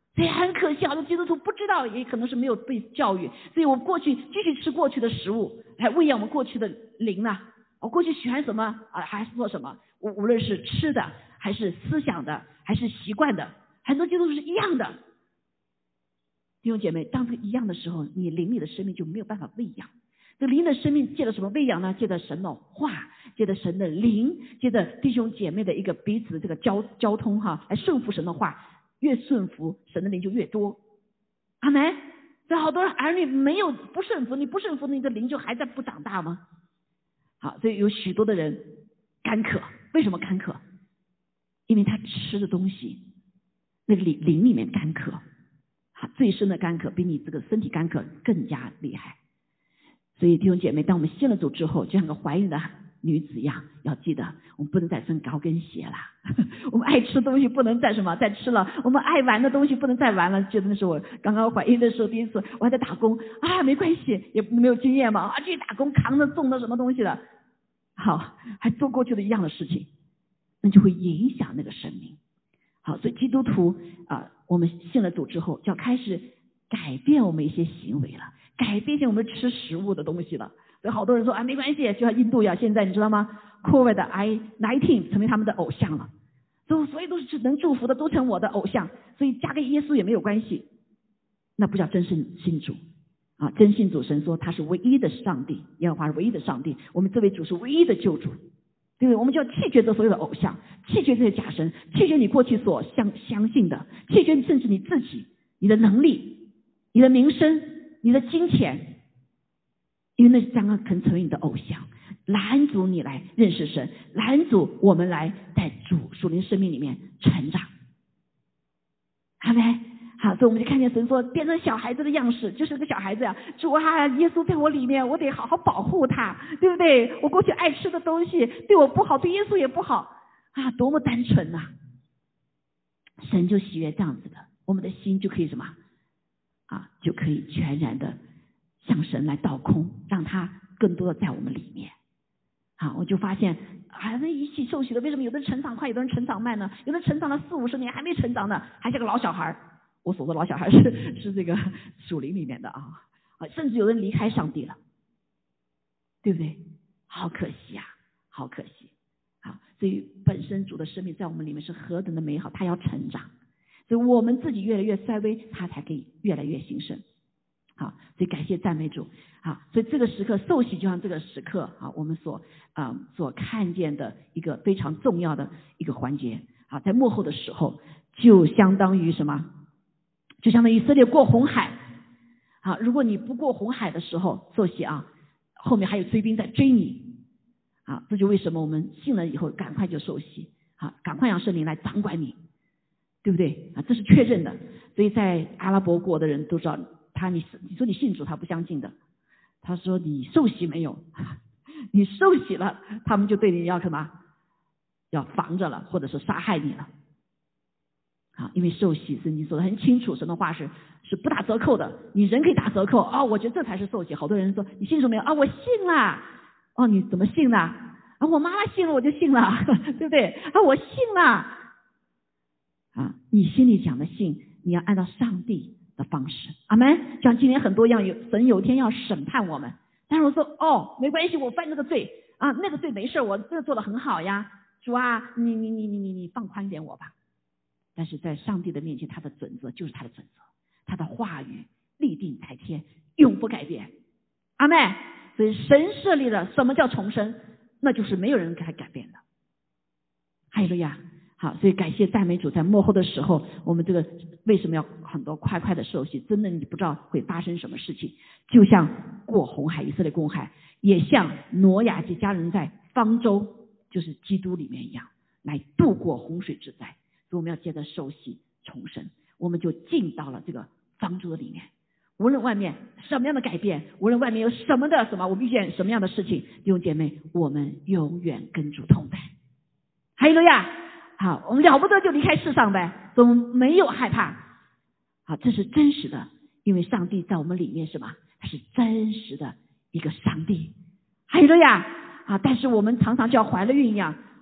所以很可惜，好多基督徒不知道，也可能是没有被教育。所以我过去继续吃过去的食物，来喂养我们过去的灵呢。我过去喜欢什么啊，还是做什么？无无论是吃的，还是思想的，还是习惯的，很多基督徒是一样的。弟兄姐妹，当这个一样的时候，你灵里的生命就没有办法喂养。这灵的生命借着什么喂养呢？借着神的话，借着神的灵，借着弟兄姐妹的一个彼此的这个交交通哈，来顺服神的话。越顺服，神的灵就越多。阿们。所以好多儿女没有不顺服，你不顺服，你的灵就还在不长大吗？好，所以有许多的人干渴。为什么干渴？因为他吃的东西那个灵灵里面干渴，好，最深的干渴比你这个身体干渴更加厉害。所以弟兄姐妹，当我们信了主之后，就像个怀孕的女子一样，要记得我们不能再穿高跟鞋了我们爱吃的东西不能再什么再吃了，我们爱玩的东西不能再玩了。记得那是我刚刚怀孕的时候，第一次我还在打工啊，没关系，也没有经验嘛，啊，去打工扛着重的什么东西的，好，还做过去的一样的事情，那就会影响那个生命。好，所以基督徒啊，我们信了主之后，就要开始改变我们一些行为了，改变一些我们吃食物的东西了。所以好多人说啊，没关系，就像印度一样，现在你知道吗 ？COVID 的 I 十九 成为他们的偶像了，所以所以都是能祝福的，都成我的偶像，所以嫁给耶稣也没有关系。那不叫真信信主啊！真信主，神说他是唯一的上帝，耶和华是唯一的上帝，我们这位主是唯一的救主，对不对？我们就要弃绝这所有的偶像，弃绝这些假神，弃绝你过去所相相信的，弃绝甚至你自己、你的能力、你的名声、你的金钱。因为那将要可能成为你的偶像，拦阻你来认识神，拦阻我们来在主属灵生命里面成长。好没？好，所以我们就看见神说，变成小孩子的样式，就是个小孩子呀。主啊，耶稣在我里面，我得好好保护他，对不对？我过去爱吃的东西对我不好，对耶稣也不好啊，多么单纯呐！神就喜悦这样子的，我们的心就可以什么啊，就可以全然的向神来倒空，让他更多的在我们里面。好，我就发现啊，那一起受洗的，为什么有的人成长快，有的人成长慢呢？有的成长了四五十年还没成长呢，还像个老小孩。我所说的老小孩是是这个属灵里面的啊，啊，甚至有人离开上帝了，对不对？好可惜啊，好可惜。好，所以本身主的生命在我们里面是何等的美好，他要成长，所以我们自己越来越衰微，他才可以越来越兴盛。好，所以感谢赞美主。好，所以这个时刻受洗就像这个时刻啊，我们所啊、呃、所看见的一个非常重要的一个环节。好，在末后的时候，就相当于什么？就相当于以色列过红海。好，如果你不过红海的时候受洗啊，后面还有追兵在追你。啊，这就为什么我们信了以后赶快就受洗，啊，赶快让圣灵来掌管你，对不对？啊，这是确认的。所以在阿拉伯国的人都知道。他你你说你信主，他不相信的。他说你受洗没有？你受洗了，他们就对你要什么？要防着了，或者是杀害你了。啊，因为受洗是你说的很清楚，神的话是是不打折扣的。你人可以打折扣啊、哦，我觉得这才是受洗。好多人说你信主没有啊？我信了。哦，你怎么信的？啊，我妈妈信了，我就信了，对不对？啊，我信了。啊，你心里讲的信，你要按照上帝的方式，阿们。像今天很多样，有神有一天要审判我们，但是我说哦，没关系，我犯这个罪啊，那个罪没事，我这个做得很好呀，主啊，你你你你你你放宽一点我吧。但是在上帝的面前，他的准则就是他的准则，他的话语立定在天，永不改变，阿们。所以神设立了什么叫重生，那就是没有人可以改变的。哈利路亚。好，所以感谢赞美主，在末后的时候，我们这个为什么要很多快快的受洗？真的你不知道会发生什么事情，就像过红海，以色列过红海，也像挪亚及家人在方舟，就是基督里面一样，来度过洪水之灾。所以我们要接着受洗重生，我们就进到了这个方舟的里面。无论外面什么样的改变，无论外面有什么的什么，我们遇见什么样的事情，弟兄姐妹，我们永远跟主同在。哈利路亚。好，我们了不得就离开世上呗，所以我们没有害怕。好，这是真实的，因为上帝在我们里面是什么？他是真实的一个上帝。哈利路亚。啊，但是我们常常就要怀了孕一样，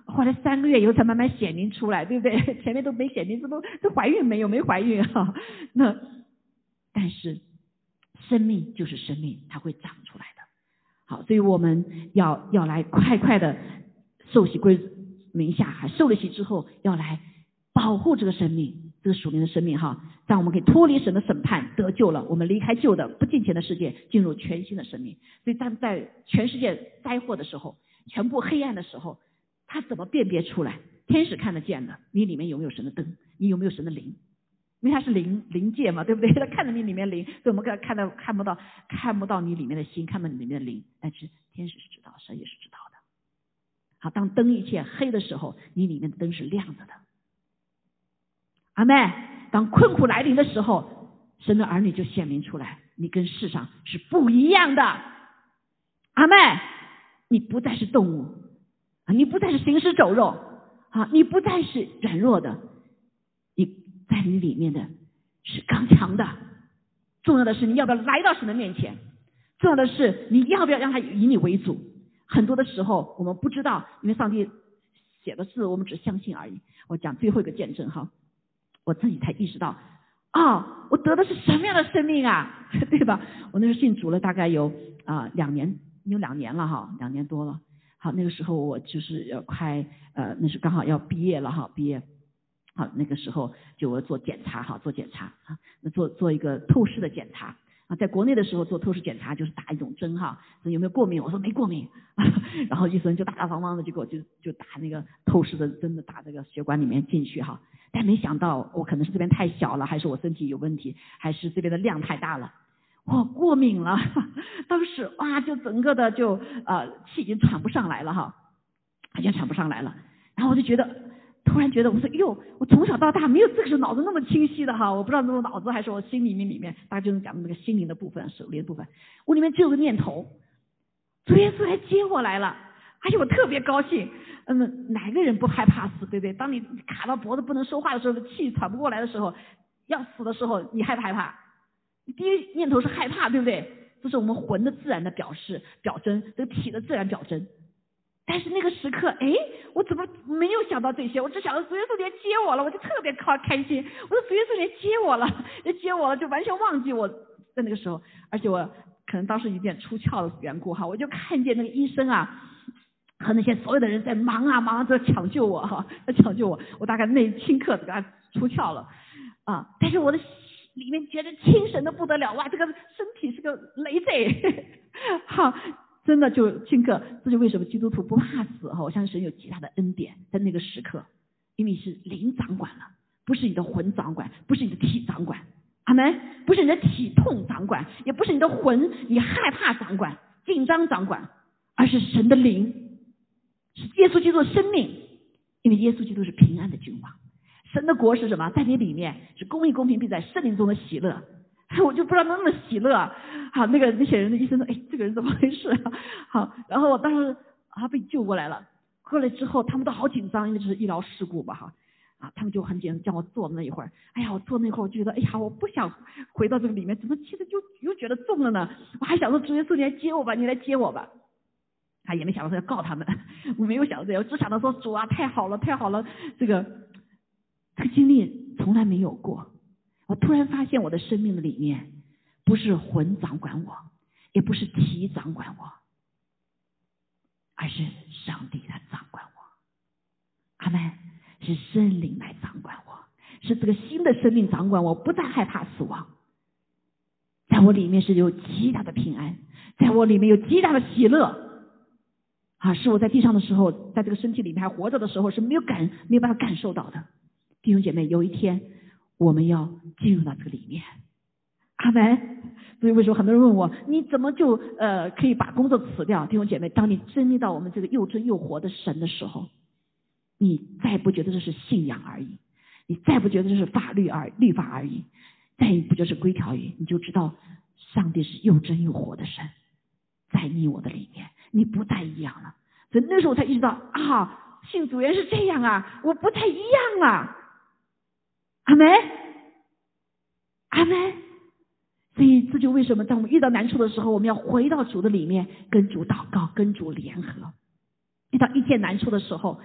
后来三个月以后才慢慢显明出来，对不对？前面都没显明，这都都怀孕没有？没怀孕哈、啊。那但是生命就是生命，它会长出来的。好，所以我们要要来快快的受洗归名下，还受了洗之后，要来保护这个生命，这个属灵的生命哈，让我们可以脱离神的审判，得救了。我们离开旧的不敬虔的世界，进入全新的生命。所以当在全世界灾祸的时候，全部黑暗的时候，他怎么辨别出来？天使看得见的，你里面有没有神的灯？你有没有神的灵？因为他是灵灵界嘛，对不对？他看着你里面灵，所以我们看到看不到看不到你里面的心，看不到你里面的灵，但是天使是知道，神也是知道的。好，当灯一切黑的时候，你里面的灯是亮着的。阿们。当困苦来临的时候，神的儿女就显明出来，你跟世上是不一样的。阿们。你不再是动物，你不再是行尸走肉，啊，你不再是软弱的，你在你里面的是刚强的。重要的是你要不要来到神的面前，重要的是你要不要让他以你为主。很多的时候我们不知道，因为上帝写的字我们只相信而已。我讲最后一个见证哈，我自己才意识到啊，我得的是什么样的生命啊，对吧？我那时候信主了大概有啊、呃、两年，有两年了哈，两年多了。好，那个时候我就是要快呃，那是刚好要毕业了哈，毕业。好，那个时候就我做检查哈，做检查啊，那做做一个透视的检查啊。在国内的时候做透视检查就是打一种针哈，说有没有过敏？我说没过敏，然后医生就大大方方的就给我就就打那个透视的针的打这个血管里面进去哈。但没想到我可能是这边太小了，还是我身体有问题，还是这边的量太大了，我过敏了。当时哇，就整个的就呃气已经喘不上来了哈，已经喘不上来了。然后我就觉得。突然觉得我说哟，我从小到大没有这个时候脑子那么清晰的哈，我不知道那种脑子还是我心里面里面，大家就是讲的那个心灵的部分，手灵的部分，我里面只有个念头，主耶稣来接我来了，而且我特别高兴。嗯，哪个人不害怕死，对不对？当你卡到脖子不能说话的时候，气喘不过来的时候，要死的时候，你害不害怕？你第一念头是害怕，对不对？这是我们魂的自然的表示表征，这个体的自然表征。但是那个时刻，哎，我怎么没有想到这些？我只想到主耶稣来接我了，我就特别开开心。我说主耶稣来接我了，来接我了，就完全忘记我在那个时候。而且我可能当时有点出窍的缘故哈，我就看见那个医生啊和那些所有的人在忙啊忙啊在抢救我哈，在抢救我。我大概那顷刻给他出窍了啊，但是我的里面觉得精神的不得了，哇，这个身体是个累赘，好。真的就顷刻，这就为什么基督徒不怕死哈？我相信神有极大的恩典在那个时刻，因为是灵掌管了，不是你的魂掌管，不是你的体掌管，阿们，不是你的体痛掌管，也不是你的魂你害怕掌管、紧张掌管，而是神的灵，是耶稣基督的生命，因为耶稣基督是平安的君王，神的国是什么？在你里面是公义、公平，并在圣灵中的喜乐。我就不知道那么喜乐，好，那个那些人的医生说，哎，这个人怎么回事？好，然后我当时啊被救过来了，过来之后他们都好紧张，因为这是医疗事故吧哈，啊，他们就很紧张，叫我坐那一会儿。哎呀，我坐那会儿，我觉得，哎呀，我不想回到这个里面，怎么其实就又觉得重了呢？我还想说，主耶稣你来接我吧，你来接我吧。他也没想到说要告他们，我没有想到这样，我只想到说主啊，太好了，太好了，这个这个经历从来没有过。我突然发现我的生命的里面不是魂掌管我，也不是体掌管我，而是上帝来掌管我。阿们，是圣灵来掌管我，是这个新的生命掌管我，不再害怕死亡。在我里面是有极大的平安，在我里面有极大的喜乐啊！是我在地上的时候，在这个身体里面还活着的时候是没有感没有办法感受到的。弟兄姐妹，有一天我们要进入到这个里面，阿们。所以为什么很多人问我，你怎么就呃可以把工作辞掉？弟兄姐妹，当你经历到我们这个又真又活的神的时候，你再不觉得这是信仰而已，你再不觉得这是法律而律法而已，再也不觉得是规条而已，你就知道上帝是又真又活的神，在你我的里面，你不再一样了。所以那时候我才意识到啊，信主原来是这样啊，我不太一样了。阿们，阿们。所以这就为什么当我们遇到难处的时候，我们要回到主的里面，跟主祷告，跟主联合。遇到一切难处的时候，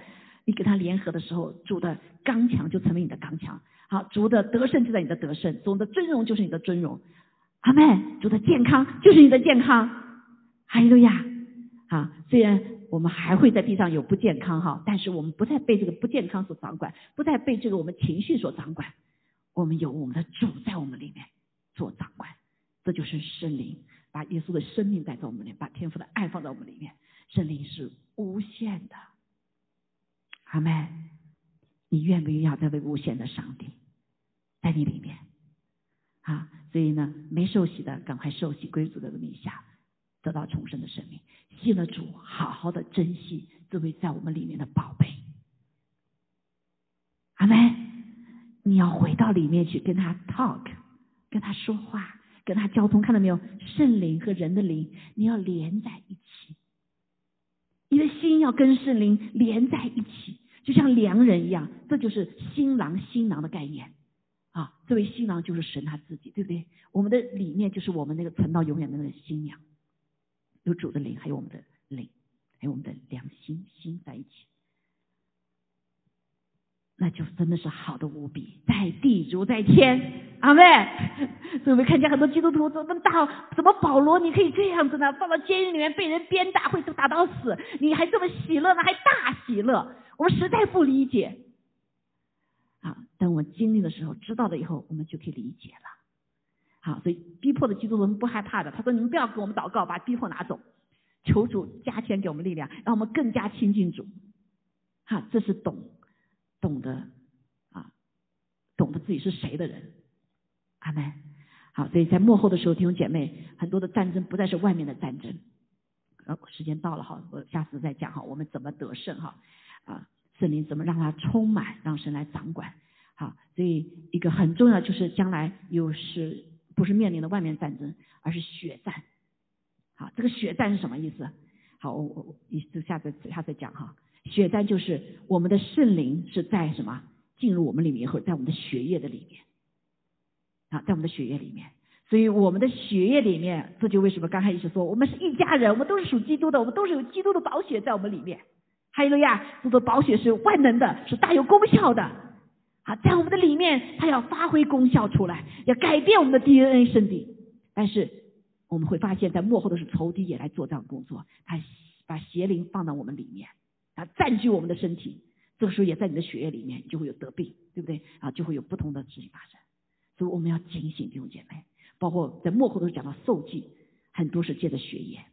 你跟他联合的时候，主的刚强就成为你的刚强，好，主的得胜就在你的得胜，主的尊荣就是你的尊荣，阿们，主的健康就是你的健康，哈利路亚。好，虽然我们还会在地上有不健康哈，但是我们不再被这个不健康所掌管，不再被这个我们情绪所掌管，我们有我们的主在我们里面做掌管，这就是圣灵把耶稣的生命带在我们里面，把天父的爱放在我们里面，圣灵是无限的，阿们。你愿不愿意要这位无限的上帝在你里面啊？所以呢，没受洗的赶快受洗，归主的名下得到重生的生命，信了主好好的珍惜这位在我们里面的宝贝，阿们。你要回到里面去跟他 talk， 跟他说话，跟他交通，看到没有？圣灵和人的灵你要连在一起，你的心要跟圣灵连在一起，就像良人一样，这就是新郎新郎的概念啊！这位新郎就是神他自己，对不对？我们的里面就是我们那个存到永远的那个新娘，有主的灵，还有我们的灵，还有我们的良心心在一起，那就真的是好的无比，在地如在天，阿们。所以我们看见很多基督徒怎么大，怎么保罗你可以这样子呢？放到监狱里面被人鞭打，会打到死，你还这么喜乐呢？还大喜乐？我们实在不理解啊！等我们经历的时候，知道了以后，我们就可以理解了。好，所以逼迫的基督徒们不害怕的，他说你们不要跟我们祷告，把逼迫拿走，求主加添给我们力量，让我们更加亲近主。哈，这是懂懂得啊，懂得自己是谁的人，阿们。好，所以在末后的时候，弟兄姐妹，很多的战争不再是外面的战争。呃，时间到了哈，我下次再讲哈，我们怎么得胜哈啊，圣灵怎么让它充满，让神来掌管。好，所以一个很重要就是将来又是不是面临的外面战争，而是血战。好，这个血战是什么意思？好，我我就下次下次讲哈。血战就是我们的圣灵是在什么进入我们里面以后，在我们的血液的里面啊，在我们的血液里面，所以我们的血液里面，这就为什么刚才一直说我们是一家人，我们都是属基督的，我们都是有基督的宝血在我们里面。哈利路亚，这个宝血是万能的，是大有功效的啊，在我们的里面，它要发挥功效出来，要改变我们的 D N A 身体。但是我们会发现，在末后的是仇敌也来做这样的工作，他把邪灵放到我们里面，啊，占据我们的身体，这个时候也在你的血液里面，你就会有得病，对不对啊？就会有不同的事情发生。所以我们要警醒，弟兄姐妹，包括在末后都讲到受祭，很多是借着血液。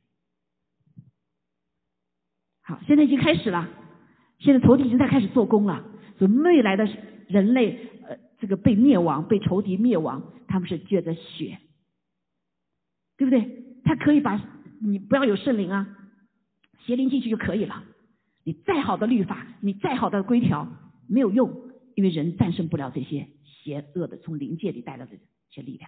好，现在已经开始了，现在仇敌已经在开始做工了。所以未来的人类，呃，这个被灭亡，被仇敌灭亡，他们是借着血，对不对？他可以把你不要有圣灵啊，邪灵进去就可以了。你再好的律法，你再好的规条没有用，因为人战胜不了这些邪恶的从灵界里带来的这些力量，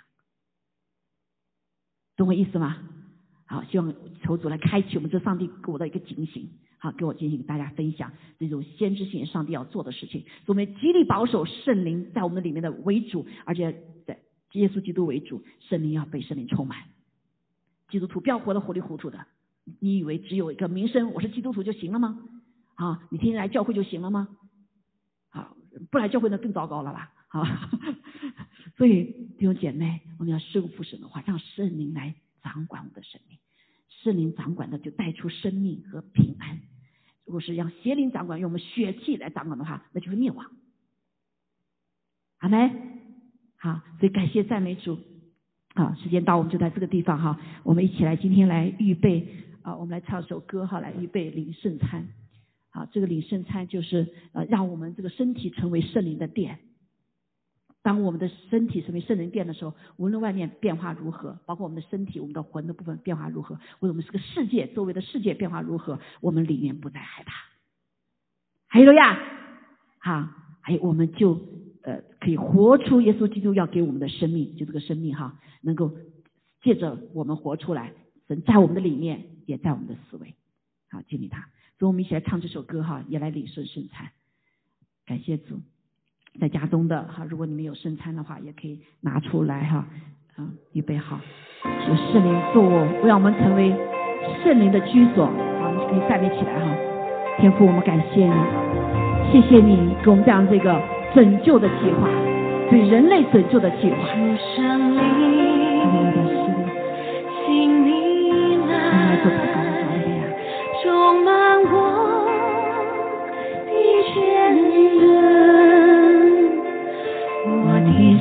懂我意思吗？好，希望求主来开启我们这上帝给我的一个警醒，好，给我进行大家分享这种先知性上帝要做的事情。所以我们极力保守圣灵在我们里面的为主，而且在耶稣基督为主，圣灵要被圣灵充满。基督徒不要活得糊里糊涂的，你以为只有一个名声我是基督徒就行了吗？啊，你天天来教会就行了吗？啊，不来教会那更糟糕了吧？啊，所以弟兄姐妹，我们要顺服神的话，让圣灵来掌管我们的生命。圣灵掌管的就带出生命和平安。如果是让邪灵掌管，用我们血气来掌管的话，那就是灭亡。阿们。好，所以感谢赞美主。好，时间到，我们就在这个地方哈，我们一起来今天来预备啊，我们来唱首歌哈，来预备领圣餐。啊，这个领圣餐就是呃，让我们这个身体成为圣灵的殿。当我们的身体成为圣灵殿的时候，无论外面变化如何，包括我们的身体、我们的魂的部分变化如何，或者我们这个世界周围的世界变化如何，我们里面不再害怕。哈利路亚！好，还有我们就呃可以活出耶稣基督要给我们的生命，就这个生命哈，能够借着我们活出来，神在我们的里面，也在我们的思维，好，经历它。所以我们一起来唱这首歌哈，也来领受圣餐。感谢主。在家中的哈，如果你们有圣餐的话，也可以拿出来哈，啊，预备好，有圣灵做我，让我们成为圣灵的居所。好，我们可以站立起来哈。天父，我们感谢你， 谢谢你给我们这样这个拯救的计划，对人类拯救的计划。 圣灵，请你来充满我的全人，我的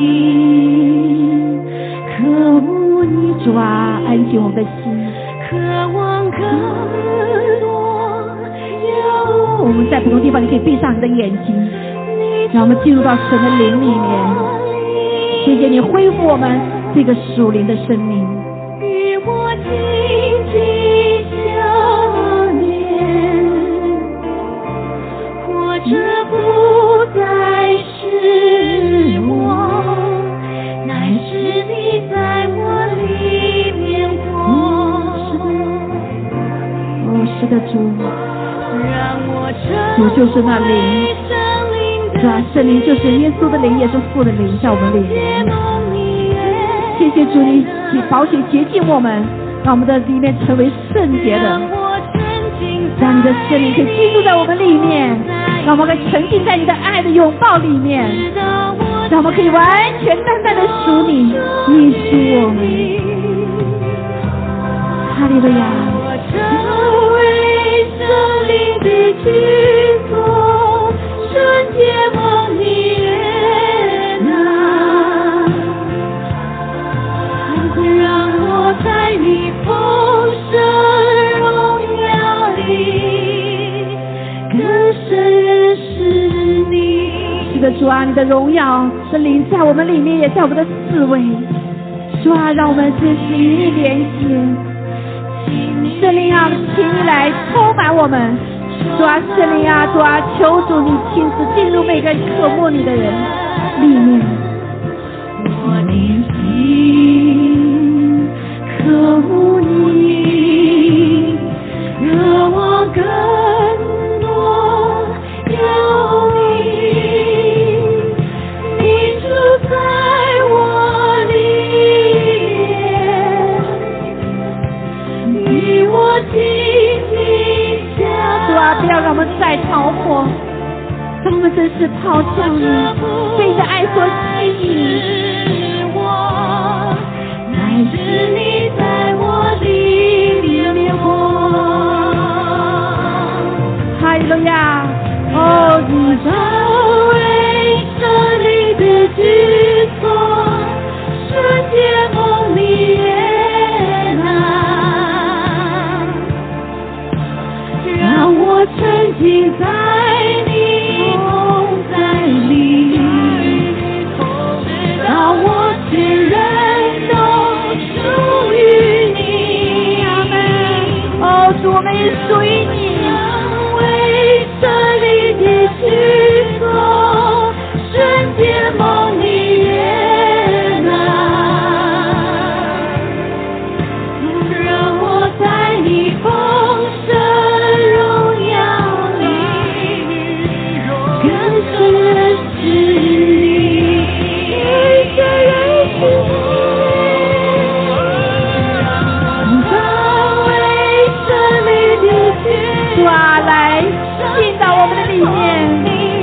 心渴慕你， 主啊，安静我们的心， 渴望更多有。 我们在不同地方，你可以闭上你的眼睛，让我们进入到神的灵里面。谢谢你恢复我们这个属灵的生命， 与我紧紧相连，活着不再是我，乃是你在我里面活。 哦，是的，主， 让我主就是那灵，主啊，圣灵就是耶稣的灵，也是父的灵，在我们里面。谢谢主，你保险洁净我们，让我们的里面成为圣洁的，让你的圣灵可以进入在我们里面，让我们可以沉浸在你的爱的拥抱里面，让我们可以完全单单的属你，你属我们。哈利路亚！ 我成为圣灵的居所，圣洁蒙你悦纳，让我在你丰盛荣耀里更深认识你。 是的，主啊，你的荣耀的灵在我们里面，也在我们的四围。主啊，让我们真是与你连接。圣灵啊，请你来充满我们。主啊，圣灵啊，主啊，求主你亲自进入每个渴慕你的人里面。 我的心渴慕你，渴望更多有你，你住在我里面，与我紧紧相。 主啊，不要让我们再逃脱，让我们真是抛向你，被你的爱所吸引。 乃是你在我里面活。 哈利路亚！哦， 你成为圣灵的居所，圣洁蒙你悦纳，让我沉浸在你同在里，直到我全人属于你。 哦，主，我们也属于你。 成为圣灵的居所，圣洁蒙你悦纳，让我在你丰盛荣耀里更深认识你，更深认识你。 主啊，来进到我们的里面，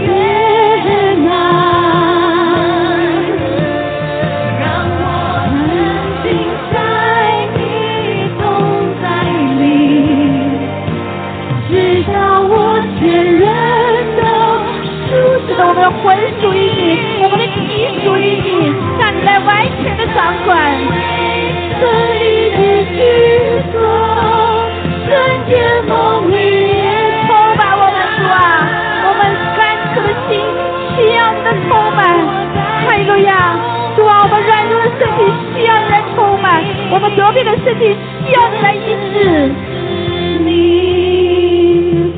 让我沉浸在你同在里，直到我全人都属使得我们的魂属于你，我们的体属于你，让你来完全的掌管。 圣灵的居所，圣洁蒙你。 需要你的充满，哈利路亚！主啊，我们软弱的身体需要你来充满，我们得病的身体需要你来医治。 你，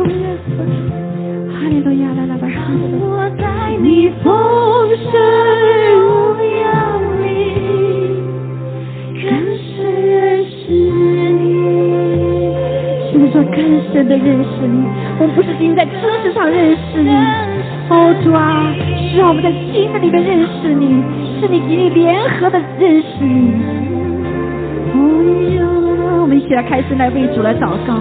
哈利路亚！来来来， 我在你丰盛荣耀里更深认识你。 是的，说更深的认识你，我们不是仅仅在知识上认识你。哦，主啊，是让我们在心的里面认识你，是你给你联合的认识你。哦哟，我们一起来开始来为主来祷告，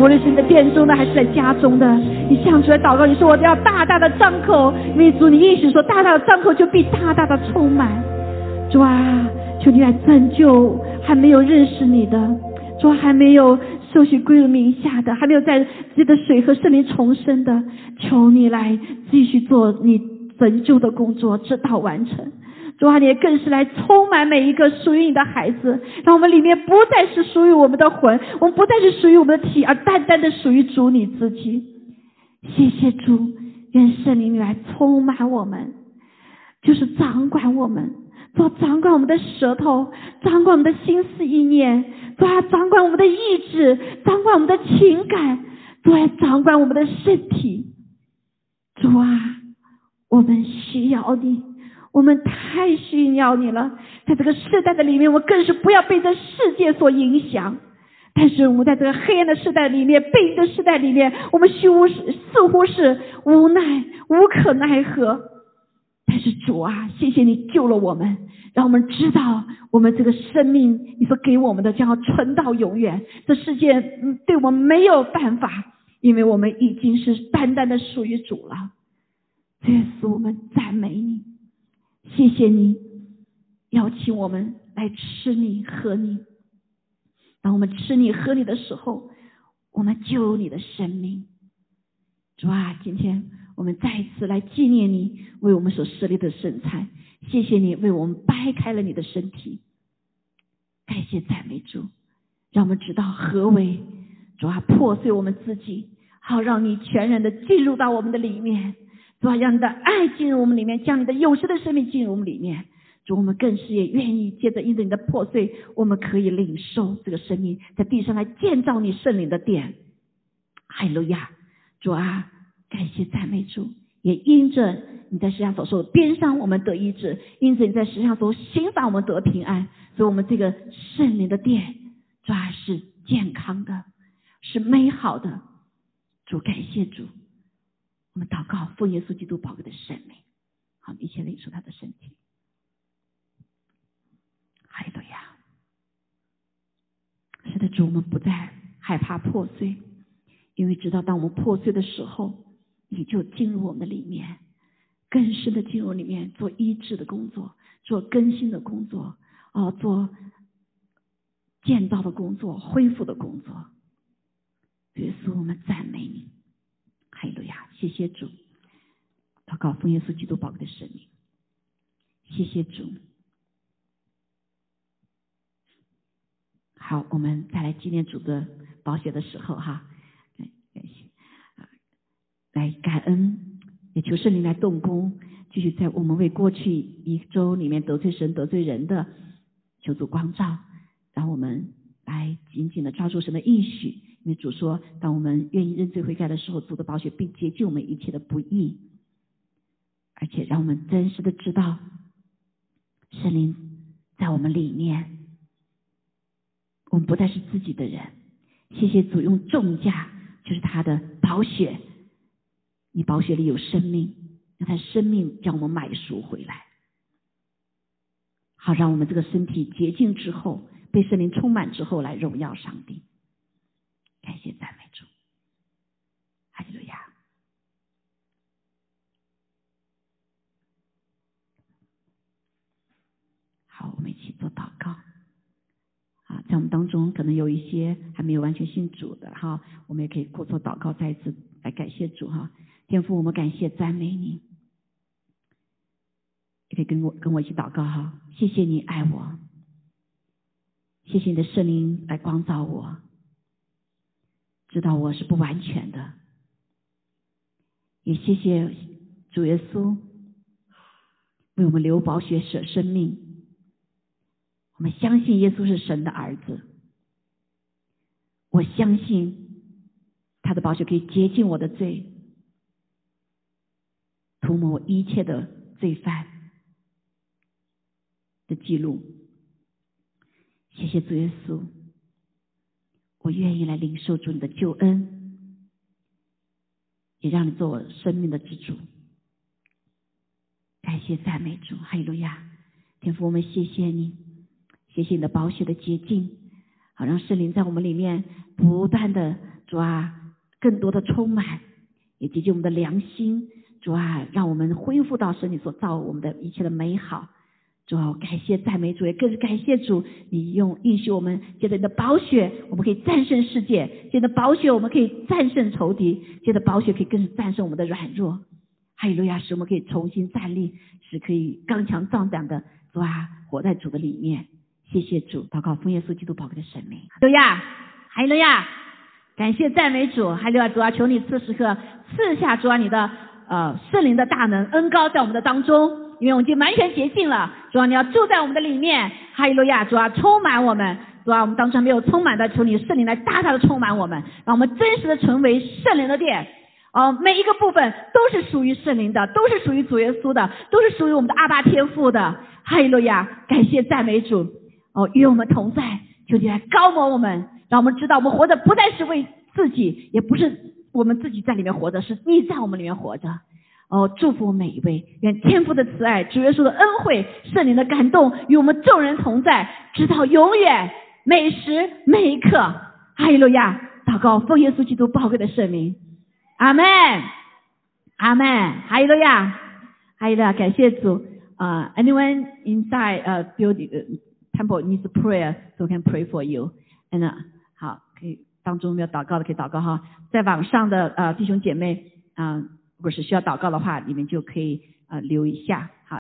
无论是你的殿中的还是在家中的，你向主来祷告，你说我要大大的张口，因为主你应许说大大的张口就必大大的充满。主啊，求你来拯救还没有认识你的，主啊，还没有受洗归入名下的，还没有在自己的水和圣灵重生的，求你来继续做你拯救的工作，直到完成。主啊，你也更是来充满每一个属于你的孩子，让我们里面不再是属于我们的魂，我们不再是属于我们的体，而单单的属于主你自己。谢谢主，愿圣灵来充满我们，就是掌管我们，主掌管我们的舌头，掌管我们的心思意念，主啊，掌管我们的意志，掌管我们的情感，主啊，掌管我们的身体。主啊，我们需要你，我们太需要你了。在这个世代的里面，我更是不要被这世界所影响。但是我们在这个黑暗的世代里面，悖逆的世代里面，我们似乎是似乎是无奈无可奈何。但是主啊，谢谢你救了我们，让我们知道我们这个生命你所给我们的将要存到永远。这世界对我们没有办法，因为我们已经是单单的属于主了。耶稣，我们赞美你，谢谢你邀请我们来吃你喝你。当我们吃你喝你的时候，我们就有你的生命。主啊，今天我们再一次来纪念你为我们所设立的圣餐，谢谢你为我们掰开了你的身体。感谢赞美主，让我们知道何为主啊破碎我们自己，好让你全然的进入到我们的里面。主啊，让你的爱进入我们里面，将你的永生的生命进入我们里面。主，我们更是也愿意接着因着你的破碎，我们可以领受这个生命，在地上来建造你圣灵的殿。哈利路亚！主啊，感谢赞美主，也因着你在世上所受的鞭伤我们得医治，因着你在世上所刑罚我们得平安，所以我们这个圣灵的殿，主啊，是健康的，是美好的。主，感谢主，我们祷告奉耶稣基督宝贵的圣名，好，一起领受他的身体。哈利路亚！是的，主，我们不再害怕破碎，因为知道当我们破碎的时候，你就进入我们的里面，更深的进入里面，做医治的工作，做更新的工作，哦，做建造的工作，恢复的工作。耶稣，我们赞美你。哈利路亚！谢谢主，祷告奉耶稣基督宝贵的圣名。谢谢主。好，我们再来纪念主的宝血的时候哈，感谢啊，来感恩，也求圣灵来动工，继续在我们为过去一周里面得罪神得罪人的，求主光照，让我们来紧紧的抓住神的应许，因为主说，当我们愿意认罪悔改的时候，主的宝血必洁净我们一切的不义，而且让我们真实的知道圣灵在我们里面，我们不再是自己的人。谢谢主用重价，就是他的宝血，你宝血里有生命，让他生命将我们买赎回来，好让我们这个身体洁净之后，被圣灵充满之后来荣耀上帝。感谢赞美主，哈利路亚。好，我们一起做祷告。啊，在我们当中可能有一些还没有完全信主的哈，我们也可以过做祷告，再一次来感谢主哈。天父，我们感谢赞美你，也可以跟我跟我一起祷告哈。谢谢你爱我，谢谢你的圣灵来光照我，知道我是不完全的，也谢谢主耶稣为我们流宝血舍生命。我们相信耶稣是神的儿子，我相信他的宝血可以洁净我的罪，涂抹我一切的罪犯的记录。谢谢主耶稣，我愿意来领受主你的救恩，也让你做我生命的支柱。感谢赞美主，哈利路亚！天父，我们谢谢你，谢谢你的宝血的洁净，好让圣灵在我们里面不断的主啊，更多的充满，也洁净我们的良心。主啊，让我们恢复到神你所造我们的一切的美好。主啊，感谢赞美主，也更是感谢主，你用应许我们，借着你的宝血，我们可以战胜世界；借着宝血，我们可以战胜仇敌；借着宝血，可以更是战胜我们的软弱。哈利路亚，使我们可以重新站立，使可以刚强壮胆的主啊，活在主的里面。谢谢主，祷告奉耶稣基督宝贵的圣名。哈利路亚，哈利路亚，感谢赞美主。哈利路亚，主啊，求你赐时刻赐下主啊你的呃圣灵的大能恩膏在我们的当中。因为我们已经完全洁净了，主啊，你要住在我们的里面。哈利路亚，主啊，充满我们。主啊，我们当中没有充满的，求你圣灵来大大的充满我们，让我们真实的成为圣灵的殿。哦，每一个部分都是属于圣灵的，都是属于主耶稣的，都是属于我们的阿爸天父的。哈利路亚，感谢赞美主。哦，与我们同在，求你来高摩我们，让我们知道我们活着不再是为自己，也不是我们自己在里面活着，是你在我们里面活着。哦，祝福每一位，愿天父的慈爱、主耶稣的恩惠、圣灵的感动与我们众人同在，直到永远，每时每一刻。哈利路亚，祷告奉耶稣基督宝贵的圣名，阿们，阿们，哈利路亚，哈利路亚，感谢主。Uh, anyone inside uh, building uh, temple needs prayer, so we can pray for you. And uh, 好，可以当中没有祷告的可以祷告哈，在网上的呃弟兄姐妹啊。呃如果是需要祷告的话，你们就可以呃留一下。好。